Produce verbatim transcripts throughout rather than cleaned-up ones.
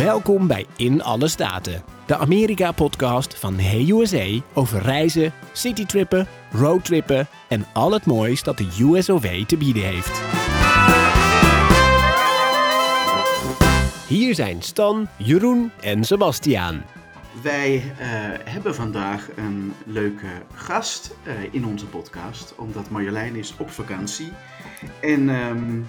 Welkom bij In Alle Staten, de Amerika-podcast van Hey U S A over reizen, citytrippen, roadtrippen en al het moois dat de U S O V te bieden heeft. Hier zijn Stan, Jeroen en Sebastiaan. Wij uh, hebben vandaag een leuke gast uh, in onze podcast, omdat Marjolein is op vakantie. En um,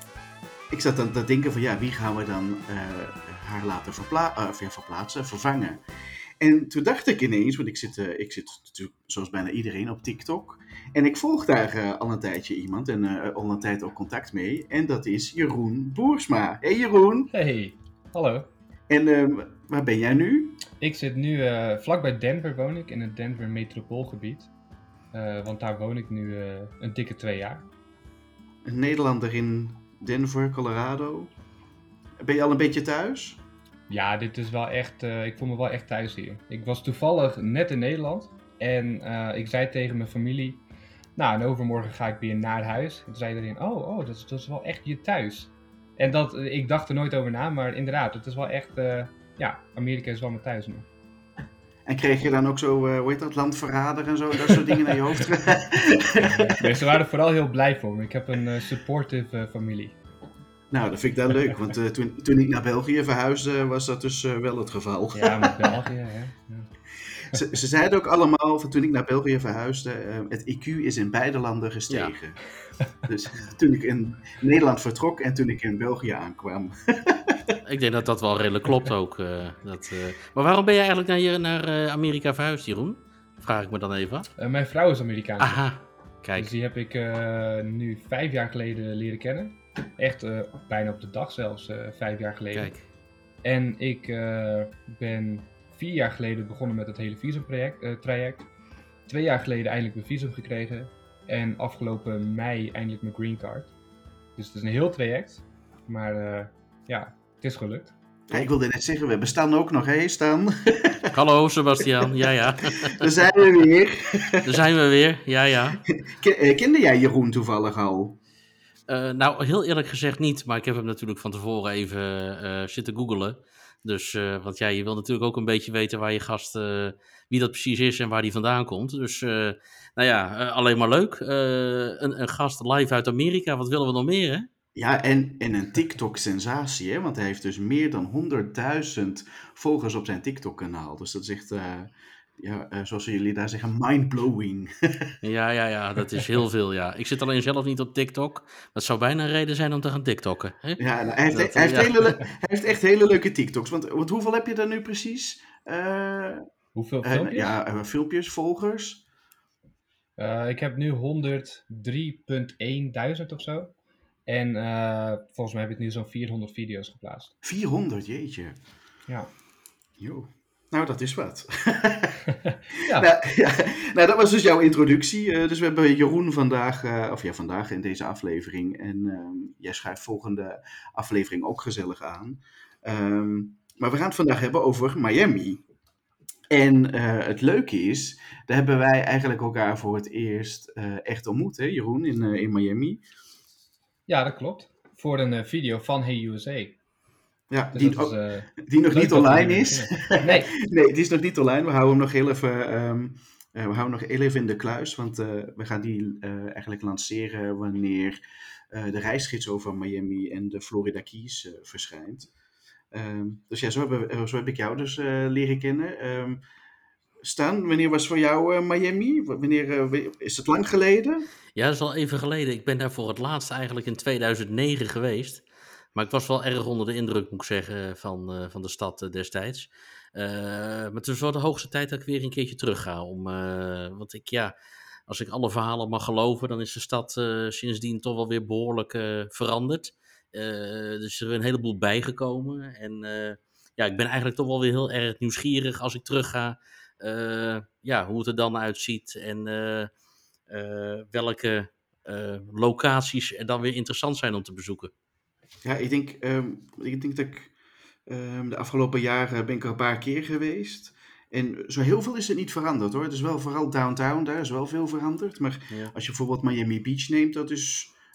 ik zat aan te denken van ja, wie gaan we dan uh, haar laten verpla- uh, ja, verplaatsen, vervangen. En toen dacht ik ineens, want ik zit, uh, ik zit natuurlijk zoals bijna iedereen op TikTok. En ik volg daar uh, al een tijdje iemand en uh, al een tijd ook contact mee. En dat is Jeroen Boersma. Hey Jeroen. Hey, hallo. En uh, waar ben jij nu? Ik zit nu uh, vlakbij Denver woon ik, in het Denver metropoolgebied. Uh, want daar woon ik nu uh, een dikke twee jaar. Een Nederlander in Denver, Colorado. Ben je al een beetje thuis? Ja, dit is wel echt, uh, ik voel me wel echt thuis hier. Ik was toevallig net in Nederland en uh, ik zei tegen mijn familie, nou en overmorgen ga ik weer naar huis. En toen zei iedereen, oh, oh dat, is, dat is wel echt je thuis. En dat, ik dacht er nooit over na, maar inderdaad, het is wel echt, uh, ja, Amerika is wel mijn thuis nu. En kreeg je dan ook zo, uh, hoe heet dat, landverrader en zo, dat soort dingen naar je hoofd? Nee, ze waren vooral heel blij voor me. Ik heb een uh, supportive uh, familie. Nou, dat vind ik dan leuk, want uh, toen, toen ik naar België verhuisde, was dat dus uh, wel het geval. Ja, met België, hè. Ja. Ze, ze zeiden ook allemaal, van toen ik naar België verhuisde, uh, het I Q is in beide landen gestegen. Ja. Dus toen ik in Nederland vertrok en toen ik in België aankwam. Ik denk dat dat wel redelijk klopt ook. Uh, dat, uh... Maar waarom ben je eigenlijk naar, je, naar uh, Amerika verhuisd, Jeroen? Vraag ik me dan even. Uh, mijn vrouw is Amerikaans. Aha, kijk. Dus die heb ik uh, nu vijf jaar geleden leren kennen. Echt uh, bijna op de dag zelfs, uh, vijf jaar geleden. Kijk. En ik uh, ben vier jaar geleden begonnen met het hele visumtraject. Uh, traject. Twee jaar geleden eindelijk mijn visum gekregen. En afgelopen mei eindelijk mijn green card. Dus het is een heel traject. Maar uh, ja, het is gelukt. Ja, ik wilde net zeggen, we bestaan ook nog, hé Stan? Hallo Sebastiaan, ja ja. Daar zijn we weer. Daar zijn we weer, ja ja. Kende jij Jeroen toevallig al? Uh, nou, heel eerlijk gezegd niet, maar ik heb hem natuurlijk van tevoren even uh, zitten googlen. Dus, uh, want ja, je wil natuurlijk ook een beetje weten waar je gast, uh, wie dat precies is en waar die vandaan komt. Dus, uh, nou ja, uh, alleen maar leuk. Uh, een, een gast live uit Amerika, wat willen we nog meer, hè? Ja, en, en een TikTok-sensatie, hè? Want hij heeft dus meer dan honderdduizend volgers op zijn TikTok-kanaal. Dus dat is echt, uh, ja, uh, zoals jullie daar zeggen, mind-blowing. ja, ja, ja, dat is heel veel, ja. Ik zit alleen zelf niet op TikTok. Dat zou bijna een reden zijn om te gaan TikTokken. Hè? Ja, nou, hij, heeft, dat, hij, heeft ja. hele, hij heeft echt hele leuke TikToks. Want, want hoeveel heb je daar nu precies? Uh, hoeveel filmpjes? Uh, ja, uh, filmpjes, volgers. Uh, ik heb nu honderddrie komma één duizend of zo. En uh, volgens mij heb ik nu zo'n vierhonderd video's geplaatst. vierhonderd, jeetje. Ja. Jo. Nou, dat is wat. ja. Nou, ja. nou, dat was dus jouw introductie. Uh, dus we hebben Jeroen vandaag, uh, of ja, vandaag in deze aflevering. En um, jij schrijft volgende aflevering ook gezellig aan. Um, maar we gaan het vandaag hebben over Miami. En uh, het leuke is, daar hebben wij eigenlijk elkaar voor het eerst uh, echt ontmoet, hè, Jeroen, in, uh, in Miami. Ja, dat klopt. Voor een uh, video van Hey U S A. Ja, dus die, is, ook, uh, die nog niet online is. Nee. nee, die is nog niet online. We houden hem nog heel even, um, uh, we houden nog heel even in de kluis. Want uh, we gaan die uh, eigenlijk lanceren wanneer uh, de reisgids over Miami en de Florida Keys uh, verschijnt. Um, dus ja, zo, hebben, zo heb ik jou dus uh, leren kennen. Um, Stan, wanneer was voor jou uh, Miami? Wanneer, uh, is het lang geleden? Ja, dat is al even geleden. Ik ben daar voor het laatst eigenlijk in tweeduizend negen geweest. Maar ik was wel erg onder de indruk, moet ik zeggen, van, uh, van de stad uh, destijds. Uh, maar het is wel de hoogste tijd dat ik weer een keertje terug ga. Om, uh, want ik, ja, als ik alle verhalen mag geloven, dan is de stad uh, sindsdien toch wel weer behoorlijk uh, veranderd. Uh, er is er een heleboel bijgekomen. En uh, ja, ik ben eigenlijk toch wel weer heel erg nieuwsgierig als ik terug ga. Uh, ja, hoe het er dan uitziet en uh, uh, welke uh, locaties er dan weer interessant zijn om te bezoeken. Ja, ik denk, um, ik denk dat ik um, de afgelopen jaren ben ik er een paar keer geweest. En zo heel veel is het niet veranderd hoor. Het is wel vooral downtown, daar is wel veel veranderd. Maar ja. Als je bijvoorbeeld Miami Beach neemt, dat is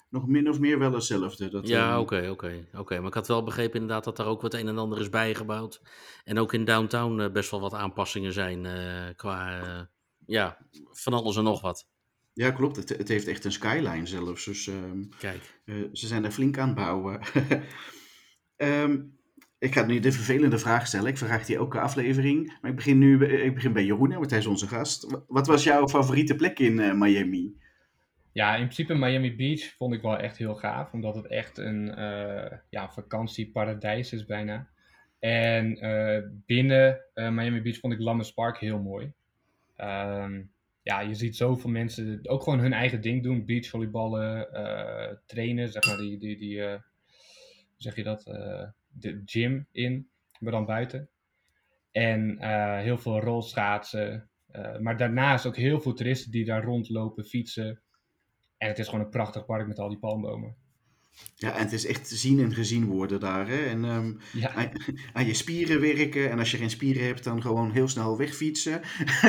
nog min of meer wel hetzelfde. Dat, Ja, ehm, oké, oké, oké. Maar ik had wel begrepen inderdaad dat daar ook wat een en ander is bijgebouwd. En ook in downtown eh, best wel wat aanpassingen zijn eh, qua, eh, ja, van alles en nog wat. Ja, klopt. Het, het heeft echt een skyline zelfs. Dus ehm, Kijk. eh, ze zijn er flink aan het bouwen. Ehm, ik ga nu de vervelende vraag stellen. Ik vraag die elke aflevering. Maar ik begin nu bij- ik begin bij Jeroen, hè, want hij is onze gast. Wa- Wat was jouw favoriete plek in eh, Miami? Ja, in principe Miami Beach vond ik wel echt heel gaaf, omdat het echt een eh, ja, vakantieparadijs is bijna. En eh, binnen eh, Miami Beach vond ik Lammers Park heel mooi. Ehm, ja, je ziet zoveel mensen ook gewoon hun eigen ding doen. Beachvolleyballen, eh trainen, zeg maar, die, die, die eh, hoe zeg je dat, eh, de gym in, maar dan buiten. En eh, heel veel rolschaatsen. Eh, maar daarnaast ook heel veel toeristen die daar rondlopen, fietsen. En het is gewoon een prachtig park met al die palmbomen. Ja, en het is echt zien en gezien worden daar. Hè? En ehm, Ja, aan, aan je spieren werken. En als je geen spieren hebt, dan gewoon heel snel wegfietsen.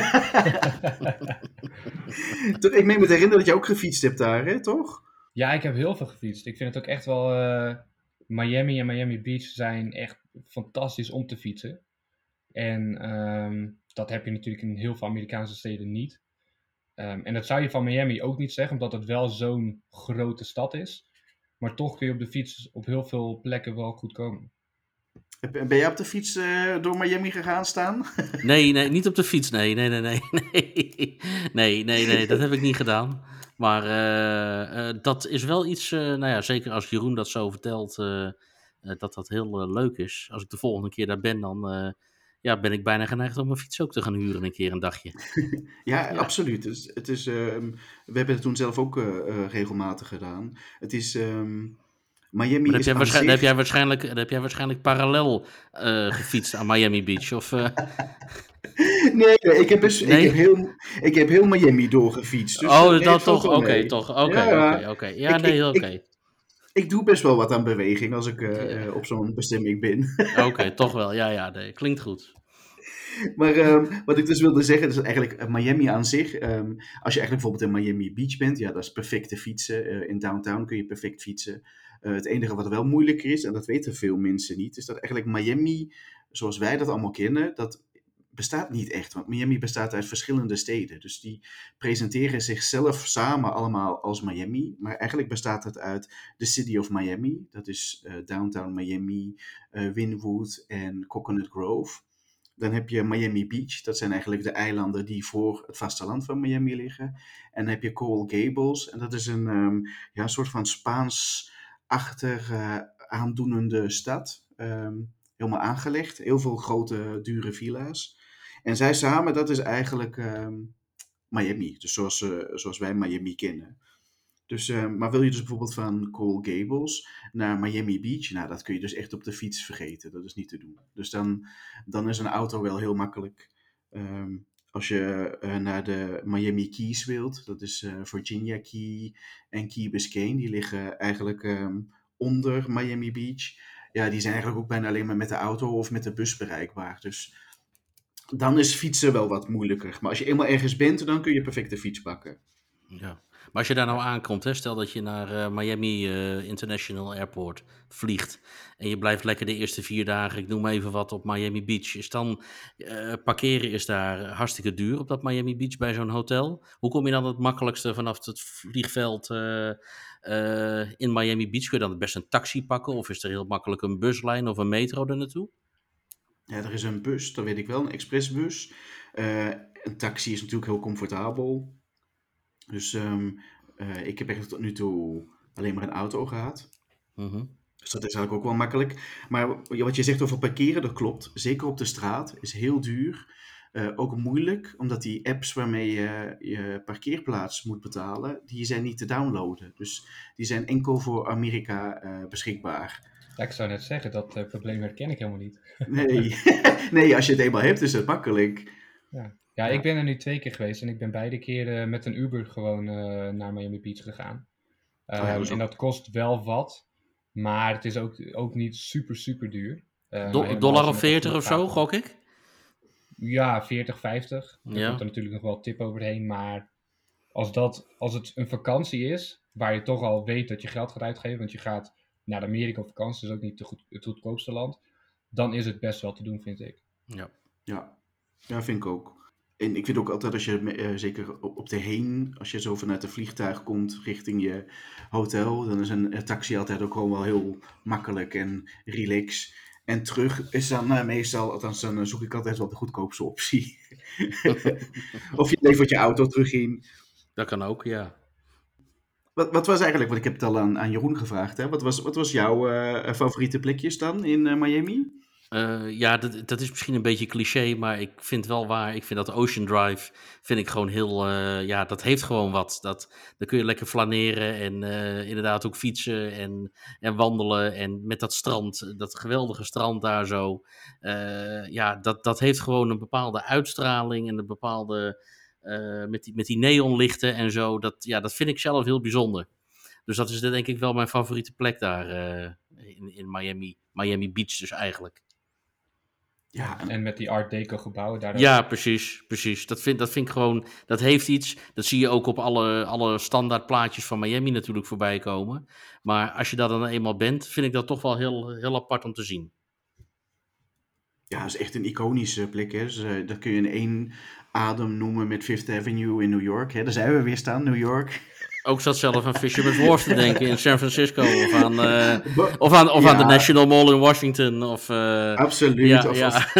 Toch, ik meen me te herinneren dat je ook gefietst hebt daar, hè? Toch? ja, ik heb heel veel gefietst. Ik vind het ook echt wel... eh, Miami en Miami Beach zijn echt fantastisch om te fietsen. En ehm, dat heb je natuurlijk in heel veel Amerikaanse steden niet. Ehm, en dat zou je van Miami ook niet zeggen, omdat het wel zo'n grote stad is. Maar toch kun je op de fiets op heel veel plekken wel goed komen. Heb- Ben jij op de fiets eh, door Miami gegaan staan? Nee, nee, niet op de fiets. Nee, nee, nee, nee. Nee, nee, nee, nee dat heb ik niet gedaan. Maar eh, eh, dat is wel iets, eh, nou ja, zeker als Jeroen dat zo vertelt, eh, eh, dat dat heel eh, leuk is. Als ik de volgende keer daar ben, dan eh, ja, ben ik bijna geneigd om mijn fiets ook te gaan huren een keer een dagje. Ja, Ja. absoluut. Dus het is, ehm, we hebben het toen zelf ook eh, eh, regelmatig gedaan. Het is, ehm, Miami Maar dan heb, is jij aan waarschijn- dan heb zich... jij waarschijnlijk, dan heb jij waarschijnlijk parallel eh, gefietst aan Miami Beach, of... eh, Nee, nee, ik heb, dus, ik heb, nee? heel, ik heb heel Miami doorgefietst. Dus eh, Oh, nee, het dat valt toch? wel Oké, mee. toch? Ja, Oké, oké, ja. oké. Ja, Ik, nee, ik, oké. ik, ik doe best wel wat aan beweging als ik eh, Ja. eh, op zo'n bestemming ben. Oké, toch wel. Ja, ja, nee, klinkt goed. Maar ehm, wat ik dus wilde zeggen, is dat eigenlijk eh, Miami aan zich, ehm, als je eigenlijk bijvoorbeeld in Miami Beach bent, ja, dat is perfect te fietsen. Eh, in downtown kun je perfect fietsen. Eh, het enige wat wel moeilijker is, en dat weten veel mensen niet, is dat eigenlijk Miami, zoals wij dat allemaal kennen, dat bestaat niet echt. Want Miami bestaat uit verschillende steden. Dus die presenteren zichzelf samen allemaal als Miami. Maar eigenlijk bestaat het uit de City of Miami. Dat is eh, downtown Miami, eh, Wynwood en Coconut Grove. Dan heb je Miami Beach. Dat zijn eigenlijk de eilanden die voor het vasteland van Miami liggen. En dan heb je Coral Gables. En dat is een ehm, ja, een soort van Spaans-achtig eh, aandoenende stad. Ehm, helemaal aangelegd. Heel veel grote, dure villa's. En zij samen, dat is eigenlijk ehm, Miami. Dus zoals, eh, zoals wij Miami kennen. Dus, eh, maar wil je dus bijvoorbeeld van Coral Gables naar Miami Beach, nou, dat kun je dus echt op de fiets vergeten. Dat is niet te doen. Dus dan, dan is een auto wel heel makkelijk. Ehm, als je eh, naar de Miami Keys wilt, dat is eh, Virginia Key en Key Biscayne, die liggen eigenlijk ehm, onder Miami Beach. Ja, die zijn eigenlijk ook bijna alleen maar met de auto of met de bus bereikbaar. Dus dan is fietsen wel wat moeilijker. Maar als je eenmaal ergens bent, dan kun je perfect de fiets pakken. Ja. Maar als je daar nou aankomt, hè, stel dat je naar eh, Miami eh, International Airport vliegt en je blijft lekker de eerste vier dagen, ik noem even wat, op Miami Beach. Is dan eh, parkeren is daar hartstikke duur op dat Miami Beach bij zo'n hotel. Hoe kom je dan het makkelijkste vanaf het vliegveld eh, eh, in Miami Beach? Kun je dan het best een taxi pakken of is er heel makkelijk een buslijn of een metro er naartoe? Ja, er is een bus, dat weet ik wel, een expressbus. Eh, een taxi is natuurlijk heel comfortabel. Dus ehm, eh, ik heb eigenlijk tot nu toe alleen maar een auto gehad. Mhm. Dus dat is eigenlijk ook wel makkelijk. Maar wat je zegt over parkeren, dat klopt. Zeker op de straat is heel duur. Eh, ook moeilijk, omdat die apps waarmee je je parkeerplaats moet betalen, die zijn niet te downloaden. Dus die zijn enkel voor Amerika eh, beschikbaar. Ja, ik zou net zeggen, dat eh, probleem herken ik helemaal niet. Nee. Nee, als je het eenmaal hebt, is het makkelijk. Ja. Ja, Ja. ik ben er nu twee keer geweest en ik ben beide keren met een Uber gewoon eh, naar Miami Beach gegaan. Oh ja, Ehm, dat is en ook- dat kost wel wat, maar het is ook, ook niet super, super duur. Eh, maar Do- helemaal dollar als je of met de veertig vloot of zo, gaat. gok ik? Ja, veertig, vijftig. Er Ja. komt er natuurlijk nog wel tip overheen, maar als, dat, als het een vakantie is, waar je toch al weet dat je geld gaat uitgeven, want je gaat naar Amerika op vakantie, dat is ook niet te goed, het goedkoopste land, dan is het best wel te doen, vind ik. Ja. Ja, ja, vind ik ook. En ik vind ook altijd als je, eh, zeker op op de heen, als je zo vanuit het vliegtuig komt richting je hotel, dan is een, een taxi altijd ook gewoon wel heel makkelijk en relax. En terug is dan eh, meestal, althans dan eh, zoek ik altijd wel de goedkoopste optie. Of je levert je auto terug in. Dat kan ook, ja. Wat, wat was eigenlijk, want ik heb het al aan, aan Jeroen gevraagd, hè? Wat was, wat was jouw eh, favoriete plekjes dan in eh, Miami? Uh, ja, dat, dat is misschien een beetje cliché, maar ik vind wel waar. Ik vind dat Ocean Drive, vind ik gewoon heel, uh, ja, dat heeft gewoon wat. Dat, dan kun je lekker flaneren en uh, inderdaad ook fietsen en, en wandelen. En met dat strand, dat geweldige strand daar zo. Uh, ja, dat, dat heeft gewoon een bepaalde uitstraling en een bepaalde, uh, met, die, met die neonlichten en zo. Dat, ja, dat vind ik zelf heel bijzonder. Dus dat is denk ik wel mijn favoriete plek daar uh, in, in Miami. Miami Beach dus eigenlijk. Ja, en, en met die Art Deco gebouwen daar. Ja, precies, precies. Dat vind, dat vind ik gewoon, dat heeft iets. Dat zie je ook op alle, alle standaard plaatjes van Miami natuurlijk voorbij komen. Maar als je daar dan eenmaal bent, vind ik dat toch wel heel, heel apart om te zien. Ja, dat is echt een iconische plek. Hè? Dus, uh, dat kun je in één adem noemen met Fifth Avenue in New York. Hè? Daar zijn we weer staan, New York. Ook zat zelf aan Fisherman's Wharf te denken in San Francisco. Of aan, uh, of aan, of ja. aan de National Mall in Washington. Of, uh, Absoluut. Ja, of, ja. of,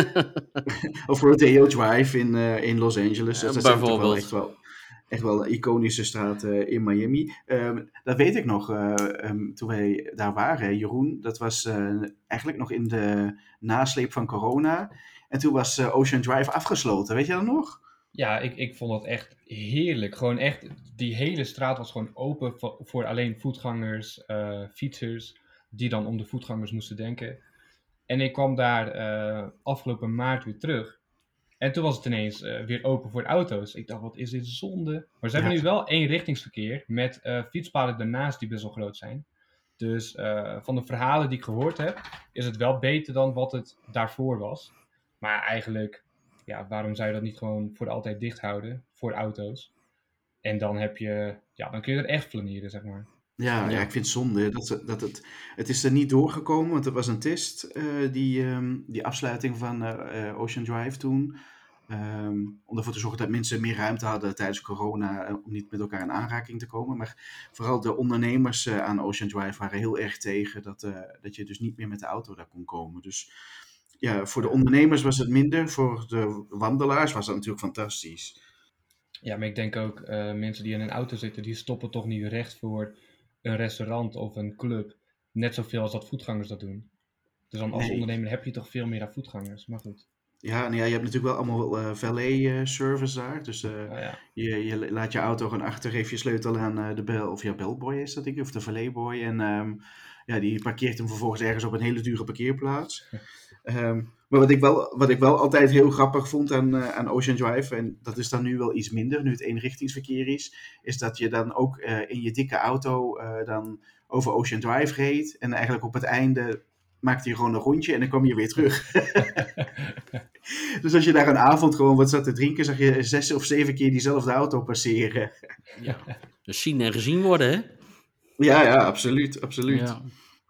of Rodeo Drive in, uh, in Los Angeles. Dus dat zijn toch wel echt wel, echt wel iconische straten in Miami. Um, dat weet ik nog, uh, um, toen wij daar waren, Jeroen. Dat was uh, eigenlijk nog in de nasleep van corona. En toen was uh, Ocean Drive afgesloten. Weet je dat nog? Ja, ik, ik vond dat echt heerlijk. Gewoon echt, die hele straat was gewoon open voor, voor alleen voetgangers, uh, fietsers, die dan om de voetgangers moesten denken. En ik kwam daar uh, afgelopen maart weer terug. En toen was het ineens uh, weer open voor de auto's. Ik dacht, wat is dit zonde? Maar ze hebben Ja. nu wel eenrichtingsverkeer met uh, fietspaden daarnaast die best wel groot zijn. Dus uh, van de verhalen die ik gehoord heb, is het wel beter dan wat het daarvoor was. Maar eigenlijk, ja, waarom zou je dat niet gewoon voor altijd dicht houden voor auto's? En dan heb je, ja, dan kun je er echt flaneren, zeg maar. Ja, ja. ja, ik vind het zonde dat, ze, dat het, het is er niet doorgekomen, want er was een test, uh, die, um, die afsluiting van uh, uh, Ocean Drive toen. Um, om ervoor te zorgen dat mensen meer ruimte hadden tijdens corona, uh, om niet met elkaar in aanraking te komen. Maar vooral de ondernemers uh, aan Ocean Drive waren heel erg tegen dat, uh, dat je dus niet meer met de auto daar kon komen. Dus ja, voor de ondernemers was het minder, voor de wandelaars was dat natuurlijk fantastisch. Ja, maar ik denk ook, uh, mensen die in een auto zitten, die stoppen toch niet recht voor een restaurant of een club. Net zoveel als dat voetgangers dat doen. Dus dan als Nee. ondernemer heb je toch veel meer aan voetgangers. Maar goed. Ja, nou ja, je hebt natuurlijk wel allemaal uh, valet uh, service daar. Dus uh, Oh, ja. je, je laat je auto gewoon achter, geef je sleutel aan uh, de bel, of ja, bellboy is dat denk ik, of de valetboy. En um, ja, die parkeert hem vervolgens ergens op een hele dure parkeerplaats. um, maar wat ik, wel, wat ik wel altijd heel grappig vond aan, uh, aan Ocean Drive, en dat is dan nu wel iets minder, nu het eenrichtingsverkeer is, is dat je dan ook uh, in je dikke auto uh, dan over Ocean Drive reed. En eigenlijk op het einde maakte je gewoon een rondje en dan kwam je weer terug. Dus als je daar een avond gewoon wat zat te drinken, zag je zes of zeven keer diezelfde auto passeren. Ja, dus zien en gezien worden, hè? Ja, ja, absoluut, absoluut. Ja.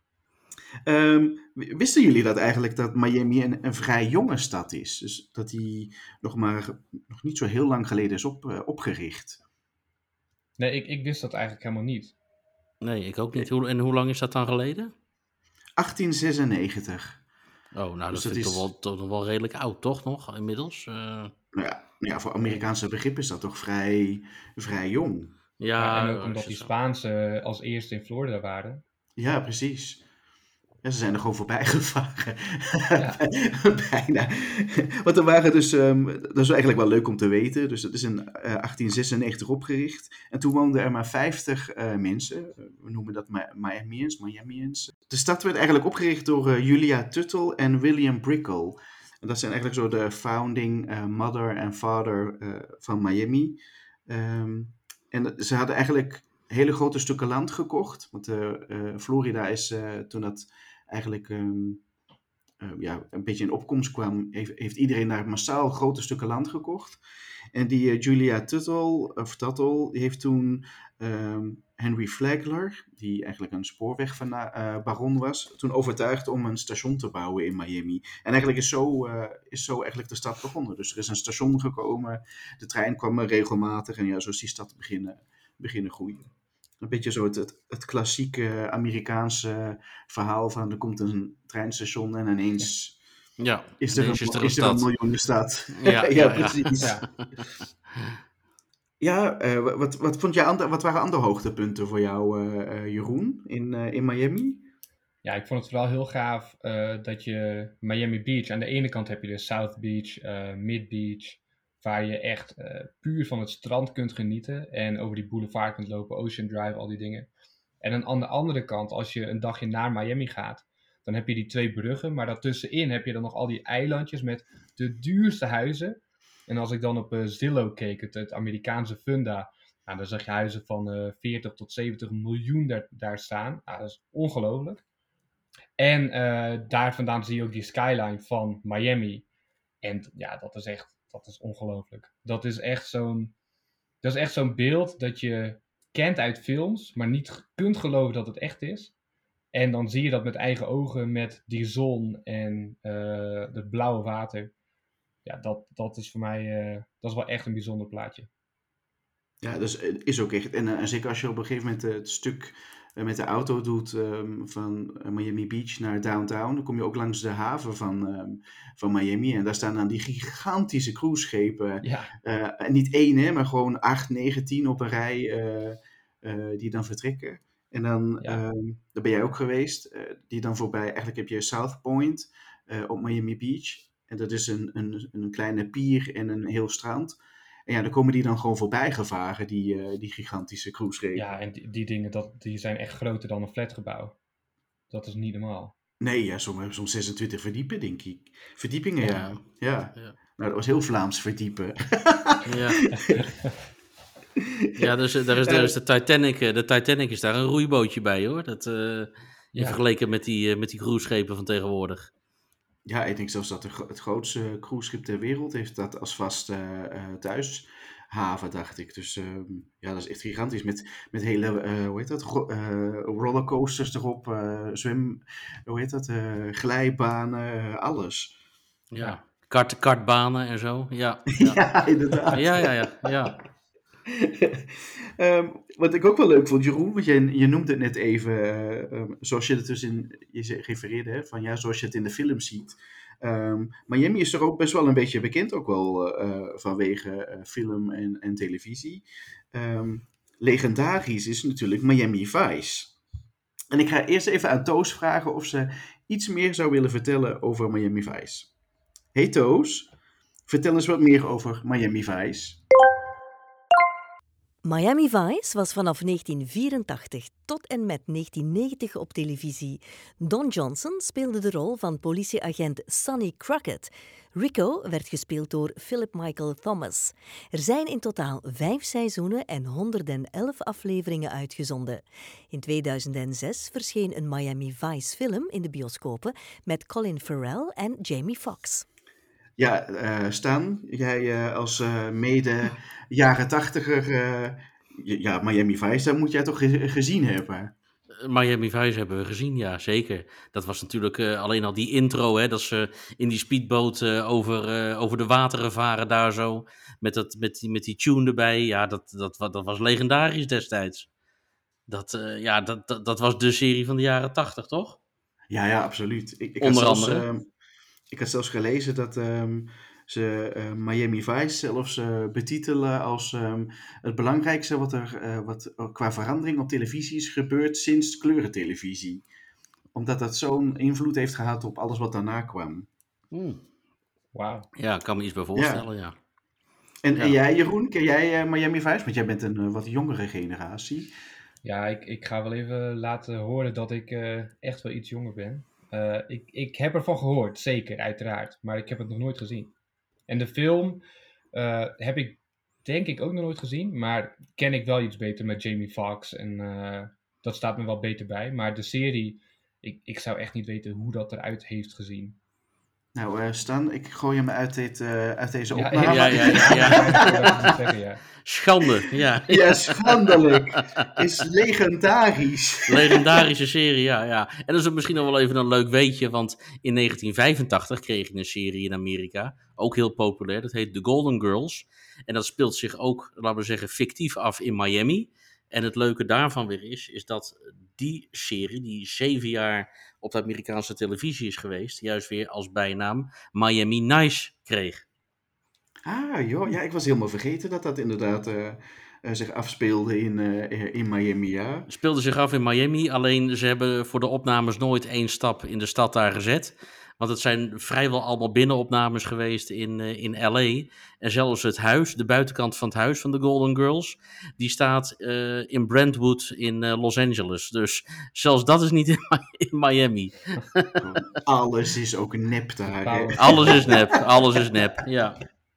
Um, wisten jullie dat eigenlijk, dat Miami een, een vrij jonge stad is? Dus dat die nog maar nog niet zo heel lang geleden is op, uh, opgericht. Nee, ik, ik wist dat eigenlijk helemaal niet. Nee, ik ook niet. Hoe, en hoe lang is dat dan geleden? achttien zesennegentig. Oh, nou, Dus dat dat vind ik is... toch wel, toch wel redelijk oud, toch nog, inmiddels? Uh... Nou ja, nou ja, voor Amerikaanse begrip is dat toch vrij, vrij jong. Ja, Ja, en ook omdat die Spaanse als eerste in Florida waren. Ja, precies. Ja, ze zijn er gewoon voorbij gevaren. Ja. Bijna. Want er waren dus, um, dat is eigenlijk wel leuk om te weten, dus dat is in uh, achttien zesennegentig opgericht. En toen woonden er maar vijftig uh, mensen, we noemen dat Ma- Miamians, Miamians. De stad werd eigenlijk opgericht door uh, Julia Tuttle en William Brickell. En dat zijn eigenlijk zo de founding uh, mother en father uh, van Miami. Um, en ze hadden eigenlijk hele grote stukken land gekocht, want uh, uh, Florida is uh, toen dat eigenlijk um, uh, ja, een beetje in opkomst kwam, heeft, heeft iedereen daar massaal grote stukken land gekocht. En die uh, Julia Tuttle, of Tuttle, die heeft toen um, Henry Flagler, die eigenlijk een spoorwegbaron uh, was, toen overtuigd om een station te bouwen in Miami. En eigenlijk is zo, uh, is zo eigenlijk de stad begonnen. Dus er is een station gekomen, de trein kwam regelmatig en ja, zo is die stad beginnen, beginnen groeien. Een beetje zo het, het, het klassieke Amerikaanse verhaal van er komt een treinstation en ineens... Ja, is er, een, is er, is er een miljoenenstad. Ja, ja, ja, precies. Ja. Ja, uh, wat, wat, vond je ander, wat waren andere hoogtepunten voor jou, uh, uh, Jeroen, in, uh, in Miami? Ja, ik vond het vooral heel gaaf uh, dat je Miami Beach, aan de ene kant heb je de South Beach, uh, Mid Beach, waar je echt uh, puur van het strand kunt genieten en over die boulevard kunt lopen, Ocean Drive, al die dingen. En dan aan de andere kant, als je een dagje naar Miami gaat, dan heb je die twee bruggen, maar daartussenin heb je dan nog al die eilandjes met de duurste huizen. En als ik dan op uh, Zillow keek, het, het Amerikaanse funda, nou, dan zag je huizen van uh, veertig tot zeventig miljoen daar, daar staan. Nou, dat is ongelooflijk. En uh, daar vandaan zie je ook die skyline van Miami. En ja, dat is echt, dat is ongelooflijk. Dat is echt zo'n, dat is echt zo'n beeld dat je kent uit films, maar niet kunt geloven dat het echt is. En dan zie je dat met eigen ogen, met die zon en uh, het blauwe water. Ja, dat, dat is voor mij, uh, dat is wel echt een bijzonder plaatje. Ja, dus is ook echt. En, uh, en zeker als je op een gegeven moment uh, het stuk uh, met de auto doet um, van uh, Miami Beach naar downtown, dan kom je ook langs de haven van, um, van Miami. En daar staan dan die gigantische cruiseschepen. Ja. Uh, niet één, hè, maar gewoon acht, negen, tien op een rij uh, uh, die dan vertrekken. En dan, Ja. um, daar ben jij ook geweest, uh, die dan voorbij, eigenlijk heb je South Point uh, op Miami Beach. En dat is een, een, een kleine pier en een heel strand. En ja, dan komen die dan gewoon voorbij gevaren, die, uh, die gigantische cruiseschepen. Ja, en die, die dingen, dat, die zijn echt groter dan een flatgebouw. Dat is niet normaal. Nee, ja, soms hebben soms zesentwintig verdiepen, denk ik. Verdiepingen, ja. Ja. ja. Ja. Nou, dat was heel Vlaams verdiepen. Ja. Ja, dus daar is, daar is de Titanic. De Titanic is daar een roeibootje bij, hoor. Dat, uh, in Ja. vergeleken met die, uh, met die cruiseschepen van tegenwoordig. Ja, ik denk zelfs dat de, het grootste cruiseschip ter wereld heeft dat als vast uh, uh, thuishaven, dacht ik. Dus uh, ja, dat is echt gigantisch. Met, met hele, uh, hoe heet dat, Ro- uh, rollercoasters erop, uh, zwem, hoe heet dat, uh, glijbanen, uh, alles. Ja, Kart, kartbanen en zo. Ja, ja. Ja, inderdaad. Ja, ja, ja. ja. um, wat ik ook wel leuk vond, Jeroen, want je, je noemde het net even, uh, um, zoals je het dus in, je refereerde, hè, van ja, zoals je het in de film ziet. Um, Miami is er ook best wel een beetje bekend, ook wel uh, vanwege uh, film en, en televisie. Um, legendarisch is natuurlijk Miami Vice. En ik ga eerst even aan Toos vragen of ze iets meer zou willen vertellen over Miami Vice. Hey Toos, vertel eens wat meer over Miami Vice. Miami Vice was vanaf negentien vierentachtig tot en met negentien negentig op televisie. Don Johnson speelde de rol van politieagent Sonny Crockett. Rico werd gespeeld door Philip Michael Thomas. Er zijn in totaal vijf seizoenen en honderdelf afleveringen uitgezonden. In tweeduizend zes verscheen een Miami Vice film in de bioscopen met Colin Farrell en Jamie Foxx. Ja, uh, Stan, jij uh, als uh, mede jaren tachtiger, uh, ja, Miami Vice, dat moet jij toch ge- gezien hebben? Miami Vice hebben we gezien, ja, zeker. Dat was natuurlijk uh, alleen al die intro, hè, dat ze in die speedboot uh, over, uh, over de wateren varen daar zo, met, dat, met, die, met die tune erbij. Ja, dat, dat, dat was legendarisch destijds. Dat, uh, ja, dat, dat, dat was de serie van de jaren tachtig, toch? Ja, ja, absoluut. Ik, ik Onder had zelfs, andere. Uh, ik had zelfs gelezen dat um, ze uh, Miami Vice zelfs uh, betitelen als um, het belangrijkste wat er uh, wat, uh, qua verandering op televisie is gebeurd sinds kleurentelevisie. Omdat dat zo'n invloed heeft gehad op alles wat daarna kwam. Hmm. Wauw. Ja, ik kan me iets bij voorstellen, ja. ja. En, Ja. en jij, Jeroen, ken jij uh, Miami Vice? Want jij bent een uh, wat jongere generatie. Ja, ik, ik ga wel even laten horen dat ik uh, echt wel iets jonger ben. Uh, ik, ik heb ervan gehoord, zeker, uiteraard. Maar ik heb het nog nooit gezien. En de film uh, heb ik denk ik ook nog nooit gezien. Maar ken ik wel iets beter met Jamie Foxx. En uh, dat staat me wel beter bij. Maar de serie, ik, ik zou echt niet weten hoe dat eruit heeft gezien. Nou, uh, Stan, ik gooi hem uit, dit, uh, uit deze Ja, opname. Ja, ja, ja. ja. zeggen, ja. Schande, ja. Ja, schandelijk. Is legendarisch. Legendarische serie, ja, ja. En dat is misschien nog wel even een leuk weetje, want in negentien vijfentachtig kreeg je een serie in Amerika, ook heel populair, dat heet The Golden Girls. En dat speelt zich ook, laten we zeggen, fictief af in Miami. En het leuke daarvan weer is, is dat die serie, die zeven jaar op de Amerikaanse televisie is geweest, juist weer als bijnaam Miami Nice kreeg. Ah, joh, ja, ik was helemaal vergeten dat dat inderdaad uh, uh, zich afspeelde in, uh, in Miami, ja. Het speelde zich af in Miami, alleen ze hebben voor de opnames nooit één stap in de stad daar gezet. Want het zijn vrijwel allemaal binnenopnames geweest in, uh, in L A. En zelfs het huis, de buitenkant van het huis van de Golden Girls, die staat uh, in Brentwood in uh, Los Angeles. Dus zelfs dat is niet in, in Miami. Alles is ook nep daar. Hè? Alles is nep, alles is nep, ja.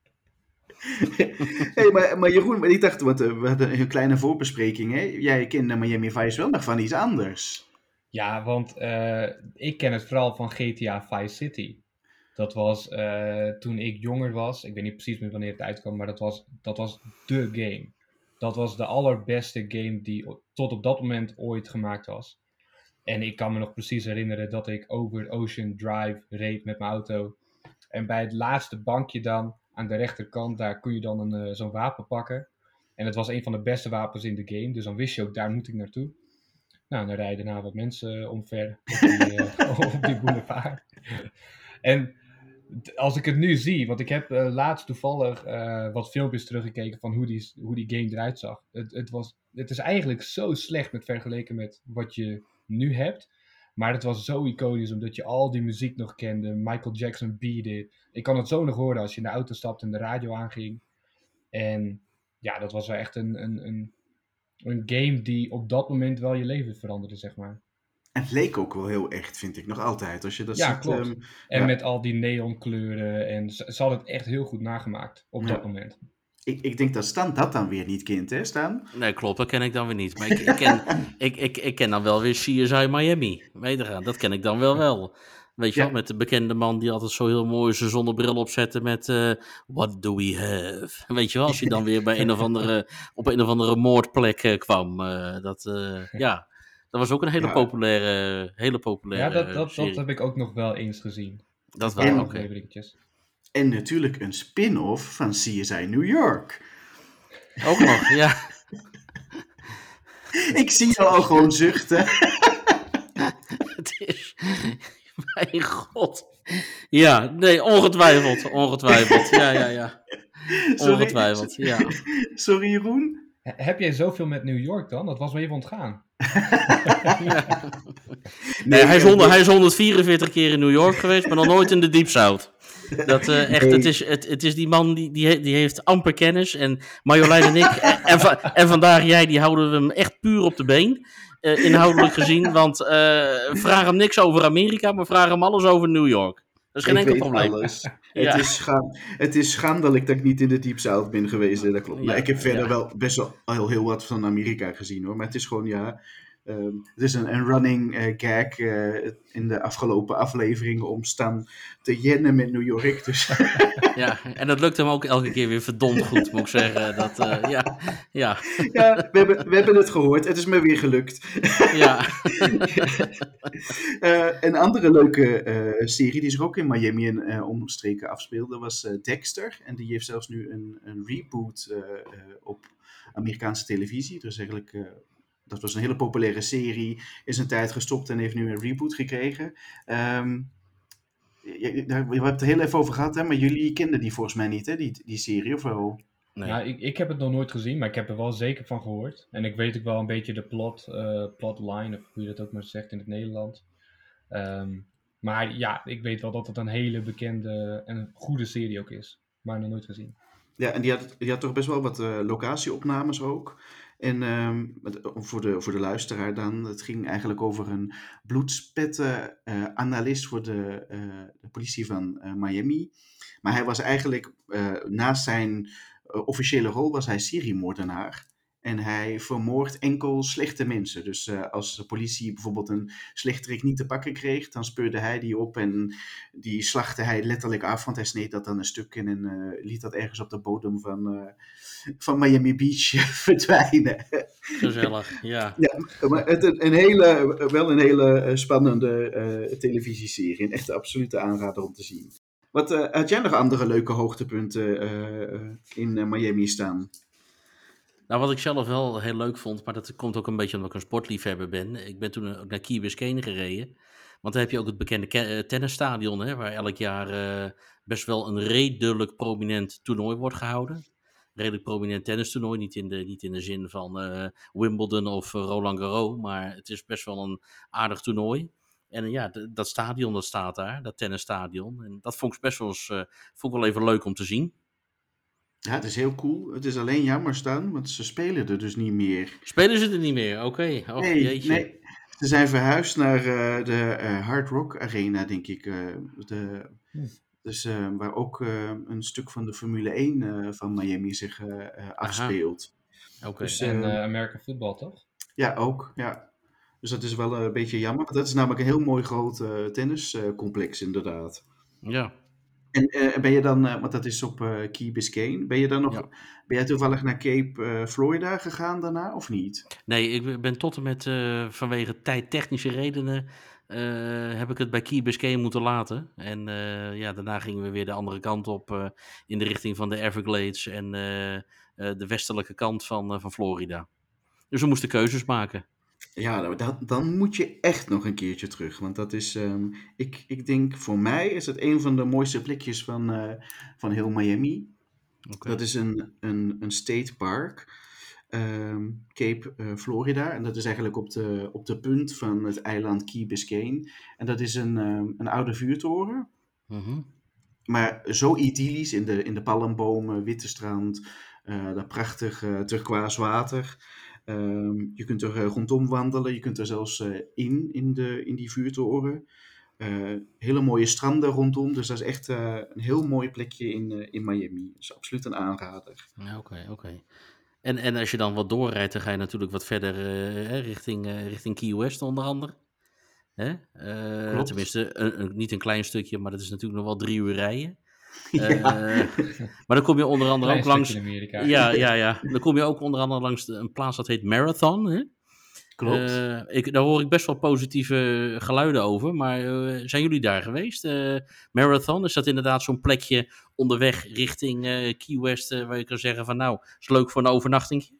Hey, maar, maar Jeroen, ik dacht, want, uh, we hadden een kleine voorbespreking. Hè? Jij kende Miami Vice wel nog van iets anders. Ja, want uh, ik ken het vooral van G T A Vice City. Dat was uh, toen ik jonger was. Ik weet niet precies meer wanneer het uitkwam, maar dat was, dat was de game. Dat was de allerbeste game die tot op dat moment ooit gemaakt was. En ik kan me nog precies herinneren dat ik over Ocean Drive reed met mijn auto. En bij het laatste bankje dan, aan de rechterkant, daar kun je dan een, uh, zo'n wapen pakken. En het was een van de beste wapens in de game, dus dan wist je ook, daar moet ik naartoe. Nou, dan rijden daarna wat mensen omver op die, uh, op die boulevard. En als ik het nu zie, want ik heb uh, laatst toevallig uh, wat filmpjes teruggekeken van hoe die, hoe die game eruit zag. Het, het, was, het is eigenlijk zo slecht met vergeleken met wat je nu hebt. Maar het was zo iconisch, omdat je al die muziek nog kende. Michael Jackson, Beat It. Ik kan het zo nog horen als je in de auto stapt en de radio aanging. En ja, dat was wel echt een, een, een, een game die op dat moment wel je leven veranderde, zeg maar. En het leek ook wel heel echt, vind ik, nog altijd. Als je dat ja, ziet, klopt. Um, en ja. met al die neonkleuren. En ze, ze hadden het echt heel goed nagemaakt op Ja. dat moment. Ik, ik denk dat Stan dat dan weer niet kent, hè Stan? Nee, klopt, dat ken ik dan weer niet. Maar ik, ik, ken, ik, ik, ik ken dan wel weer C S I Miami. Weet je gaan, dat ken ik dan wel wel. Weet je Ja. wel, met de bekende man die altijd zo heel mooi zijn zonnebril opzette met uh, what do we have? Weet je wel, als hij dan weer bij een of andere, op een of andere moordplek uh, kwam. Uh, dat, uh, ja, dat was ook een hele Ja. populaire, hele populaire Ja, dat, dat, serie. dat heb ik ook nog wel eens gezien. Dat waren wel, oké. afleveringetjes. En natuurlijk een spin-off van C S I New York. Ook nog, ja. Ik zie jou al gewoon zuchten. Het is... Mijn god. Ja, nee, ongetwijfeld. Ongetwijfeld. Ja, ja, ja. Sorry. Ongetwijfeld, ja. Sorry, Jeroen? He- Heb jij zoveel met New York dan? Dat was me even ontgaan. ja. Nee, hij, is honderd, hij is honderdvierenveertig keer in New York geweest, maar nog nooit in de Deep South. Dat, uh, echt, Nee. het, is, het, het is die man die, die, he- die heeft amper kennis. En Marjolein en ik, en, en, va- en vandaag jij, die houden we hem echt puur op de been. Uh, inhoudelijk gezien, want uh, vraag hem niks over Amerika, maar vraag hem alles over New York. Dat is geen Ik enkel weet probleem. alles. Ja. Het, is scha- het is schandelijk dat ik niet in de Deep South ben geweest, hè, dat klopt. Maar Ja, ik heb verder ja. wel best wel heel, heel wat van Amerika gezien, hoor. Maar het is gewoon, ja... Um, het is een, een running uh, gag uh, in de afgelopen afleveringen om Stan te jennen met New York. Dus Ja, en dat lukt hem ook elke keer weer verdomd goed, moet ik zeggen. Dat, uh, ja, ja, ja, we hebben, we hebben het gehoord. Het is me weer gelukt. ja. uh, een andere leuke uh, serie die zich ook in Miami en uh, omstreken afspeelde was uh, Dexter. En die heeft zelfs nu een, een reboot uh, uh, op Amerikaanse televisie. Dus eigenlijk... Uh, Dat was een hele populaire serie, is een tijd gestopt en heeft nu een reboot gekregen. Um, je, we hebben het er heel even over gehad, hè, maar jullie kenden die volgens mij niet, hè, die, die serie, of wel? Nee. Ja, ik, ik heb het nog nooit gezien, maar ik heb er wel zeker van gehoord. En ik weet ook wel een beetje de plot, uh, plotline, of hoe je dat ook maar zegt in het Nederlands. Um, maar ja, ik weet wel dat het een hele bekende en goede serie ook is. Maar nog nooit gezien. Ja, en die had, die had toch best wel wat uh, locatieopnames ook. En um, voor, de, voor de luisteraar dan, het ging eigenlijk over een bloedspetten-analyst uh, voor de, uh, de politie van uh, Miami. Maar hij was eigenlijk, uh, naast zijn uh, officiële rol, was hij seriemoordenaar. En hij vermoordt enkel slechte mensen. Dus uh, als de politie bijvoorbeeld een slechterik niet te pakken kreeg, dan speurde hij die op en die slachtte hij letterlijk af, want hij sneed dat dan een stuk in en uh, liet dat ergens op de bodem van, uh, van Miami Beach verdwijnen. Gezellig, ja. Ja, maar het, een hele, wel een hele spannende uh, televisieserie. Een echte absolute aanrader om te zien. Wat, uh, had jij nog andere leuke hoogtepunten uh, in uh, Miami staan? Nou, wat ik zelf wel heel leuk vond, maar dat komt ook een beetje omdat ik een sportliefhebber ben. Ik ben toen ook naar Key Biscayne gereden. Want daar heb je ook het bekende ke- tennisstadion, hè, waar elk jaar uh, best wel een redelijk prominent toernooi wordt gehouden. Redelijk prominent tennistoernooi, niet in de, niet in de zin van uh, Wimbledon of uh, Roland Garros, maar het is best wel een aardig toernooi. En uh, ja, d- dat stadion dat staat daar, dat tennisstadion. En dat vond ik best wel eens, uh, vond ik wel even leuk om te zien. Ja, het is heel cool. Het is alleen jammer staan, want ze spelen er dus niet meer. Spelen ze er niet meer? Oké, okay. Och, nee, jeetje. Nee, ze zijn verhuisd naar uh, de uh, Hard Rock Arena, denk ik. Uh, de, hm. Dus uh, waar ook uh, een stuk van de Formule één uh, van Miami zich uh, uh, afspeelt. Oké, okay. dus, uh, en uh, American Football, toch? Ja, ook. Ja. Dus dat is wel uh, een beetje jammer. Dat is namelijk een heel mooi groot uh, tenniscomplex, uh, inderdaad. Ja. En uh, ben je dan, uh, want dat is op uh, Key Biscayne, ben je dan nog, ja. ben jij toevallig naar Cape uh, Florida gegaan daarna, of niet? Nee, ik ben tot en met uh, vanwege tijdtechnische redenen uh, heb ik het bij Key Biscayne moeten laten. En uh, ja, daarna gingen we weer de andere kant op uh, in de richting van de Everglades en uh, uh, de westelijke kant van, uh, van Florida. Dus we moesten keuzes maken. Ja, dan, dan moet je echt nog een keertje terug. Want dat is, um, ik, ik denk voor mij is het een van de mooiste plekjes van, uh, van heel Miami. Okay. Dat is een, een, een state park, um, Cape uh, Florida. En dat is eigenlijk op de, op de punt van het eiland Key Biscayne. En dat is een, um, een oude vuurtoren. Mm-hmm. Maar zo idyllisch in de, in de palmbomen, witte strand, uh, dat prachtig uh, turquoise water. Um, je kunt er uh, rondom wandelen, je kunt er zelfs uh, in, in, de, in die vuurtoren. Uh, hele mooie stranden rondom, dus dat is echt uh, een heel mooi plekje in, uh, in Miami. Dat is absoluut een aanrader. Ja, oké, okay, oké. Okay. En, en als je dan wat doorrijdt, dan ga je natuurlijk wat verder uh, richting, uh, richting Key West onder andere. Hè? Uh, tenminste, een, een, niet een klein stukje, maar dat is natuurlijk nog wel drie uur rijden. Ja. Uh, maar dan kom je onder andere Klein ook langs. Amerika. Ja, ja, ja. Dan kom je ook onder andere langs de, een plaats dat heet Marathon. Hè? Klopt. Uh, ik, daar hoor ik best wel positieve geluiden over. Maar uh, zijn jullie daar geweest? Uh, Marathon, is dat inderdaad zo'n plekje onderweg richting uh, Key West, uh, waar je kan zeggen van nou, is leuk voor een overnachting?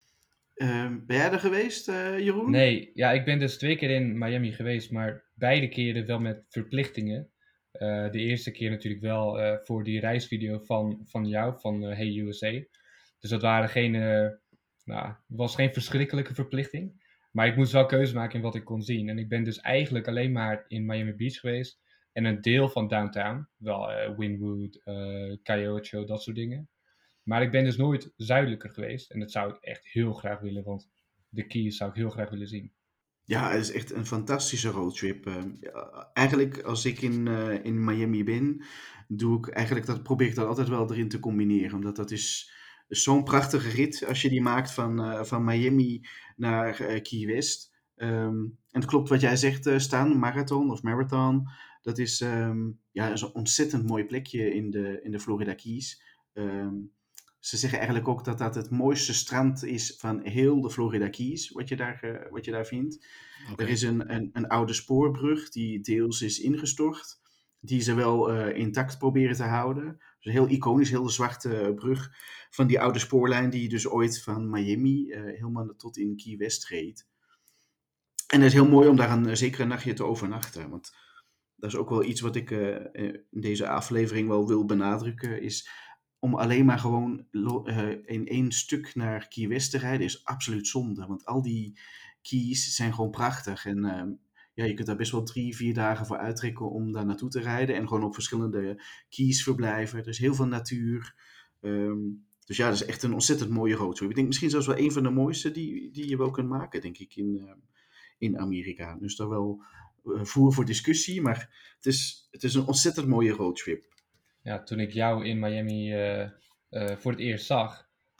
Uh, ben jij er geweest, uh, Jeroen? Nee, ja, ik ben dus twee keer in Miami geweest, maar beide keren wel met verplichtingen. Uh, de eerste keer natuurlijk wel uh, voor die reisvideo van, van jou, van uh, Hey U S A. Dus dat waren geen, uh, nou, was geen verschrikkelijke verplichting. Maar ik moest wel keuze maken in wat ik kon zien. En ik ben dus eigenlijk alleen maar in Miami Beach geweest. En een deel van downtown. Wel uh, Wynwood, uh, Cayocho, dat soort dingen. Maar ik ben dus nooit zuidelijker geweest. En dat zou ik echt heel graag willen. Want de Keys zou ik heel graag willen zien. Ja, het is echt een fantastische roadtrip. Uh, ja, eigenlijk als ik in, uh, in Miami ben, doe ik eigenlijk dat, probeer ik dat altijd wel erin te combineren. Omdat dat is zo'n prachtige rit als je die maakt van, uh, van Miami naar uh, Key West. Um, en het klopt wat jij zegt, uh, Stan, marathon of marathon. Dat is, um, ja, is een ontzettend mooi plekje in de, in de Florida Keys. Um, Ze zeggen eigenlijk ook dat dat het mooiste strand is van heel de Florida Keys, wat je daar, uh, wat je daar vindt. Okay. Er is een, een, een oude spoorbrug die deels is ingestort, die ze wel uh, intact proberen te houden. Dus heel iconisch, heel de zwarte brug van die oude spoorlijn die dus ooit van Miami uh, helemaal tot in Key West reed. En het is heel mooi om daar een, zeker een nachtje te overnachten, want dat is ook wel iets wat ik uh, in deze aflevering wel wil benadrukken, is om alleen maar gewoon uh, in één stuk naar Key West te rijden is absoluut zonde. Want al die keys zijn gewoon prachtig. En uh, ja, je kunt daar best wel drie, vier dagen voor uittrekken om daar naartoe te rijden. En gewoon op verschillende keys verblijven. Er is heel veel natuur. Um, dus ja, dat is echt een ontzettend mooie roadtrip. Ik denk misschien zelfs wel een van de mooiste die, die je wel kunt maken, denk ik, in, uh, in Amerika. Dus daar wel uh, voer voor discussie. Maar het is, het is een ontzettend mooie roadtrip. Ja, toen ik jou in Miami uh, uh, voor het eerst zag,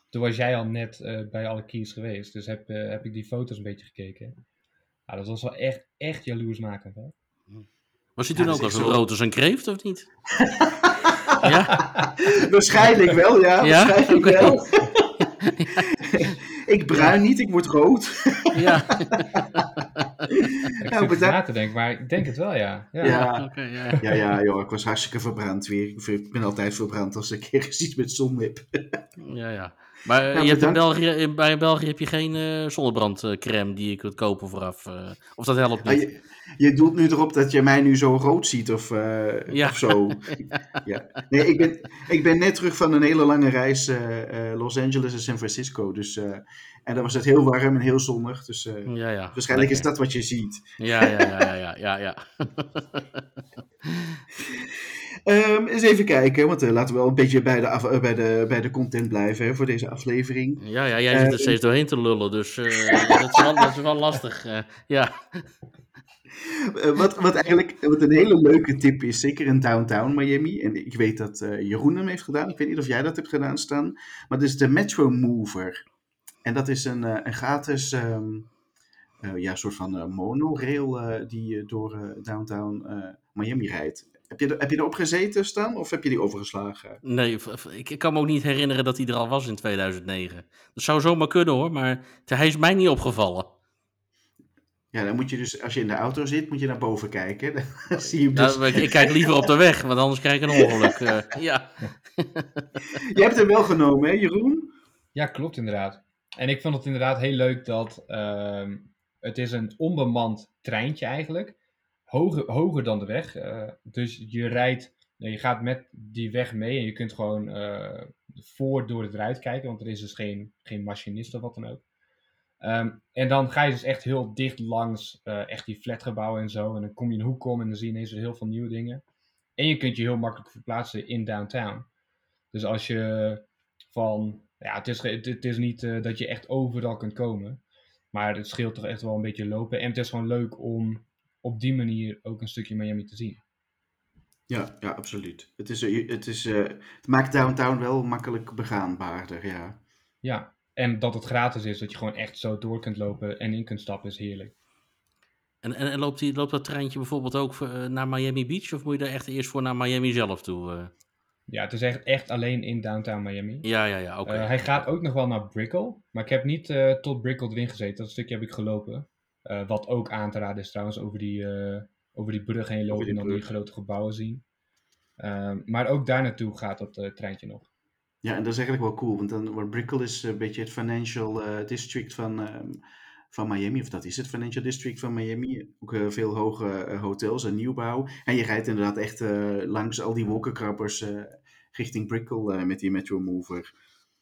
toen was jij al net uh, bij alle keys geweest. Dus heb, uh, heb ik die foto's een beetje gekeken. Ja, dat was wel echt, echt jaloersmakend. Hè? Was hij toen ja, ook al zo rood als een kreeft, of niet? Ja? Waarschijnlijk wel, ja. ja? Waarschijnlijk okay. wel. Ik bruin niet, ik word rood. Ja. Ik zit na te denken, maar ik denk het wel, ja. Ja, ja, okay, ja. ja, ja joh, ik was hartstikke verbrand weer. Ik ben altijd verbrand als ik ergens iets met zon heb. Ja, ja. Maar nou, je hebt in België, bij België heb je geen uh, zonnebrandcrème die je kunt kopen vooraf? Uh, of dat helpt niet? Ah, je, je doelt nu erop dat je mij nu zo rood ziet of, uh, ja. of zo. Ja. Nee, ik ben, ik ben net terug van een hele lange reis uh, uh, Los Angeles en San Francisco. Dus, uh, en dan was het heel warm en heel zonnig. Dus uh, ja, ja. waarschijnlijk Lekker. Is dat wat je ziet. Ja, ja, ja, ja, ja, ja. Um, eens even kijken, want uh, laten we wel een beetje bij de, af, uh, bij de, bij de content blijven hè, voor deze aflevering. Ja, ja jij uh, zit er steeds doorheen te lullen, dus uh, dat, is wel, dat is wel lastig. Uh, ja. Uh, wat, wat eigenlijk wat een hele leuke tip is, zeker in downtown Miami. En ik weet dat uh, Jeroen hem heeft gedaan. Ik weet niet of jij dat hebt gedaan, Stan. Maar dat is de Metro Mover. En dat is een, uh, een gratis um, uh, ja, soort van uh, monorail uh, die uh, door uh, downtown uh, Miami rijdt. Heb je, er, heb je erop gezeten, Stan, of heb je die overgeslagen? Nee, ik, ik kan me ook niet herinneren dat hij er al was in tweeduizend negen. Dat zou zomaar kunnen hoor, maar hij is mij niet opgevallen. Ja, dan moet je dus, als je in de auto zit, moet je naar boven kijken. Dan zie je dus... nou, ik, ik kijk liever op de weg, want anders krijg ik een ongeluk. Uh, ja. Je hebt hem wel genomen, hè, Jeroen? Ja, klopt inderdaad. En ik vond het inderdaad heel leuk dat uh, het is een onbemand treintje eigenlijk. Hoger, hoger dan de weg. Uh, dus je rijdt, je gaat met die weg mee en je kunt gewoon uh, voor door het ruit kijken, want er is dus geen, geen machinist of wat dan ook. Um, en dan ga je dus echt heel dicht langs uh, echt die flatgebouwen en zo. En dan kom je een hoek om en dan zie je ineens weer heel veel nieuwe dingen. En je kunt je heel makkelijk verplaatsen in downtown. Dus als je van, ja, het is, het is niet uh, dat je echt overal kunt komen. Maar het scheelt toch echt wel een beetje lopen. En het is gewoon leuk om op die manier ook een stukje Miami te zien. Ja, ja, absoluut. Het, is, het, is, uh, het maakt downtown wel makkelijk begaanbaarder, ja. Ja, en dat het gratis is, dat je gewoon echt zo door kunt lopen en in kunt stappen, is heerlijk. En, en, en loopt, die, loopt dat treintje bijvoorbeeld ook uh, naar Miami Beach? Of moet je daar echt eerst voor naar Miami zelf toe? Uh? Ja, het is echt, echt alleen in downtown Miami. Ja, ja, ja, oké. Okay. Uh, hij gaat ook nog wel naar Brickell, maar ik heb niet uh, tot Brickell erin gezeten. Dat stukje heb ik gelopen. Uh, wat ook aan te raden is trouwens, over die, uh, over die brug heen lopen en dan die grote gebouwen zien. Uh, maar ook daar naartoe gaat dat uh, treintje nog. Ja, en dat is eigenlijk wel cool, want dan wordt Brickell is een beetje het financial uh, district van, uh, van Miami, of dat is het financial district van Miami. Ook uh, veel hoge uh, hotels en nieuwbouw. En je rijdt inderdaad echt uh, langs al die wolkenkrabbers uh, richting Brickell uh, met die Metro Mover.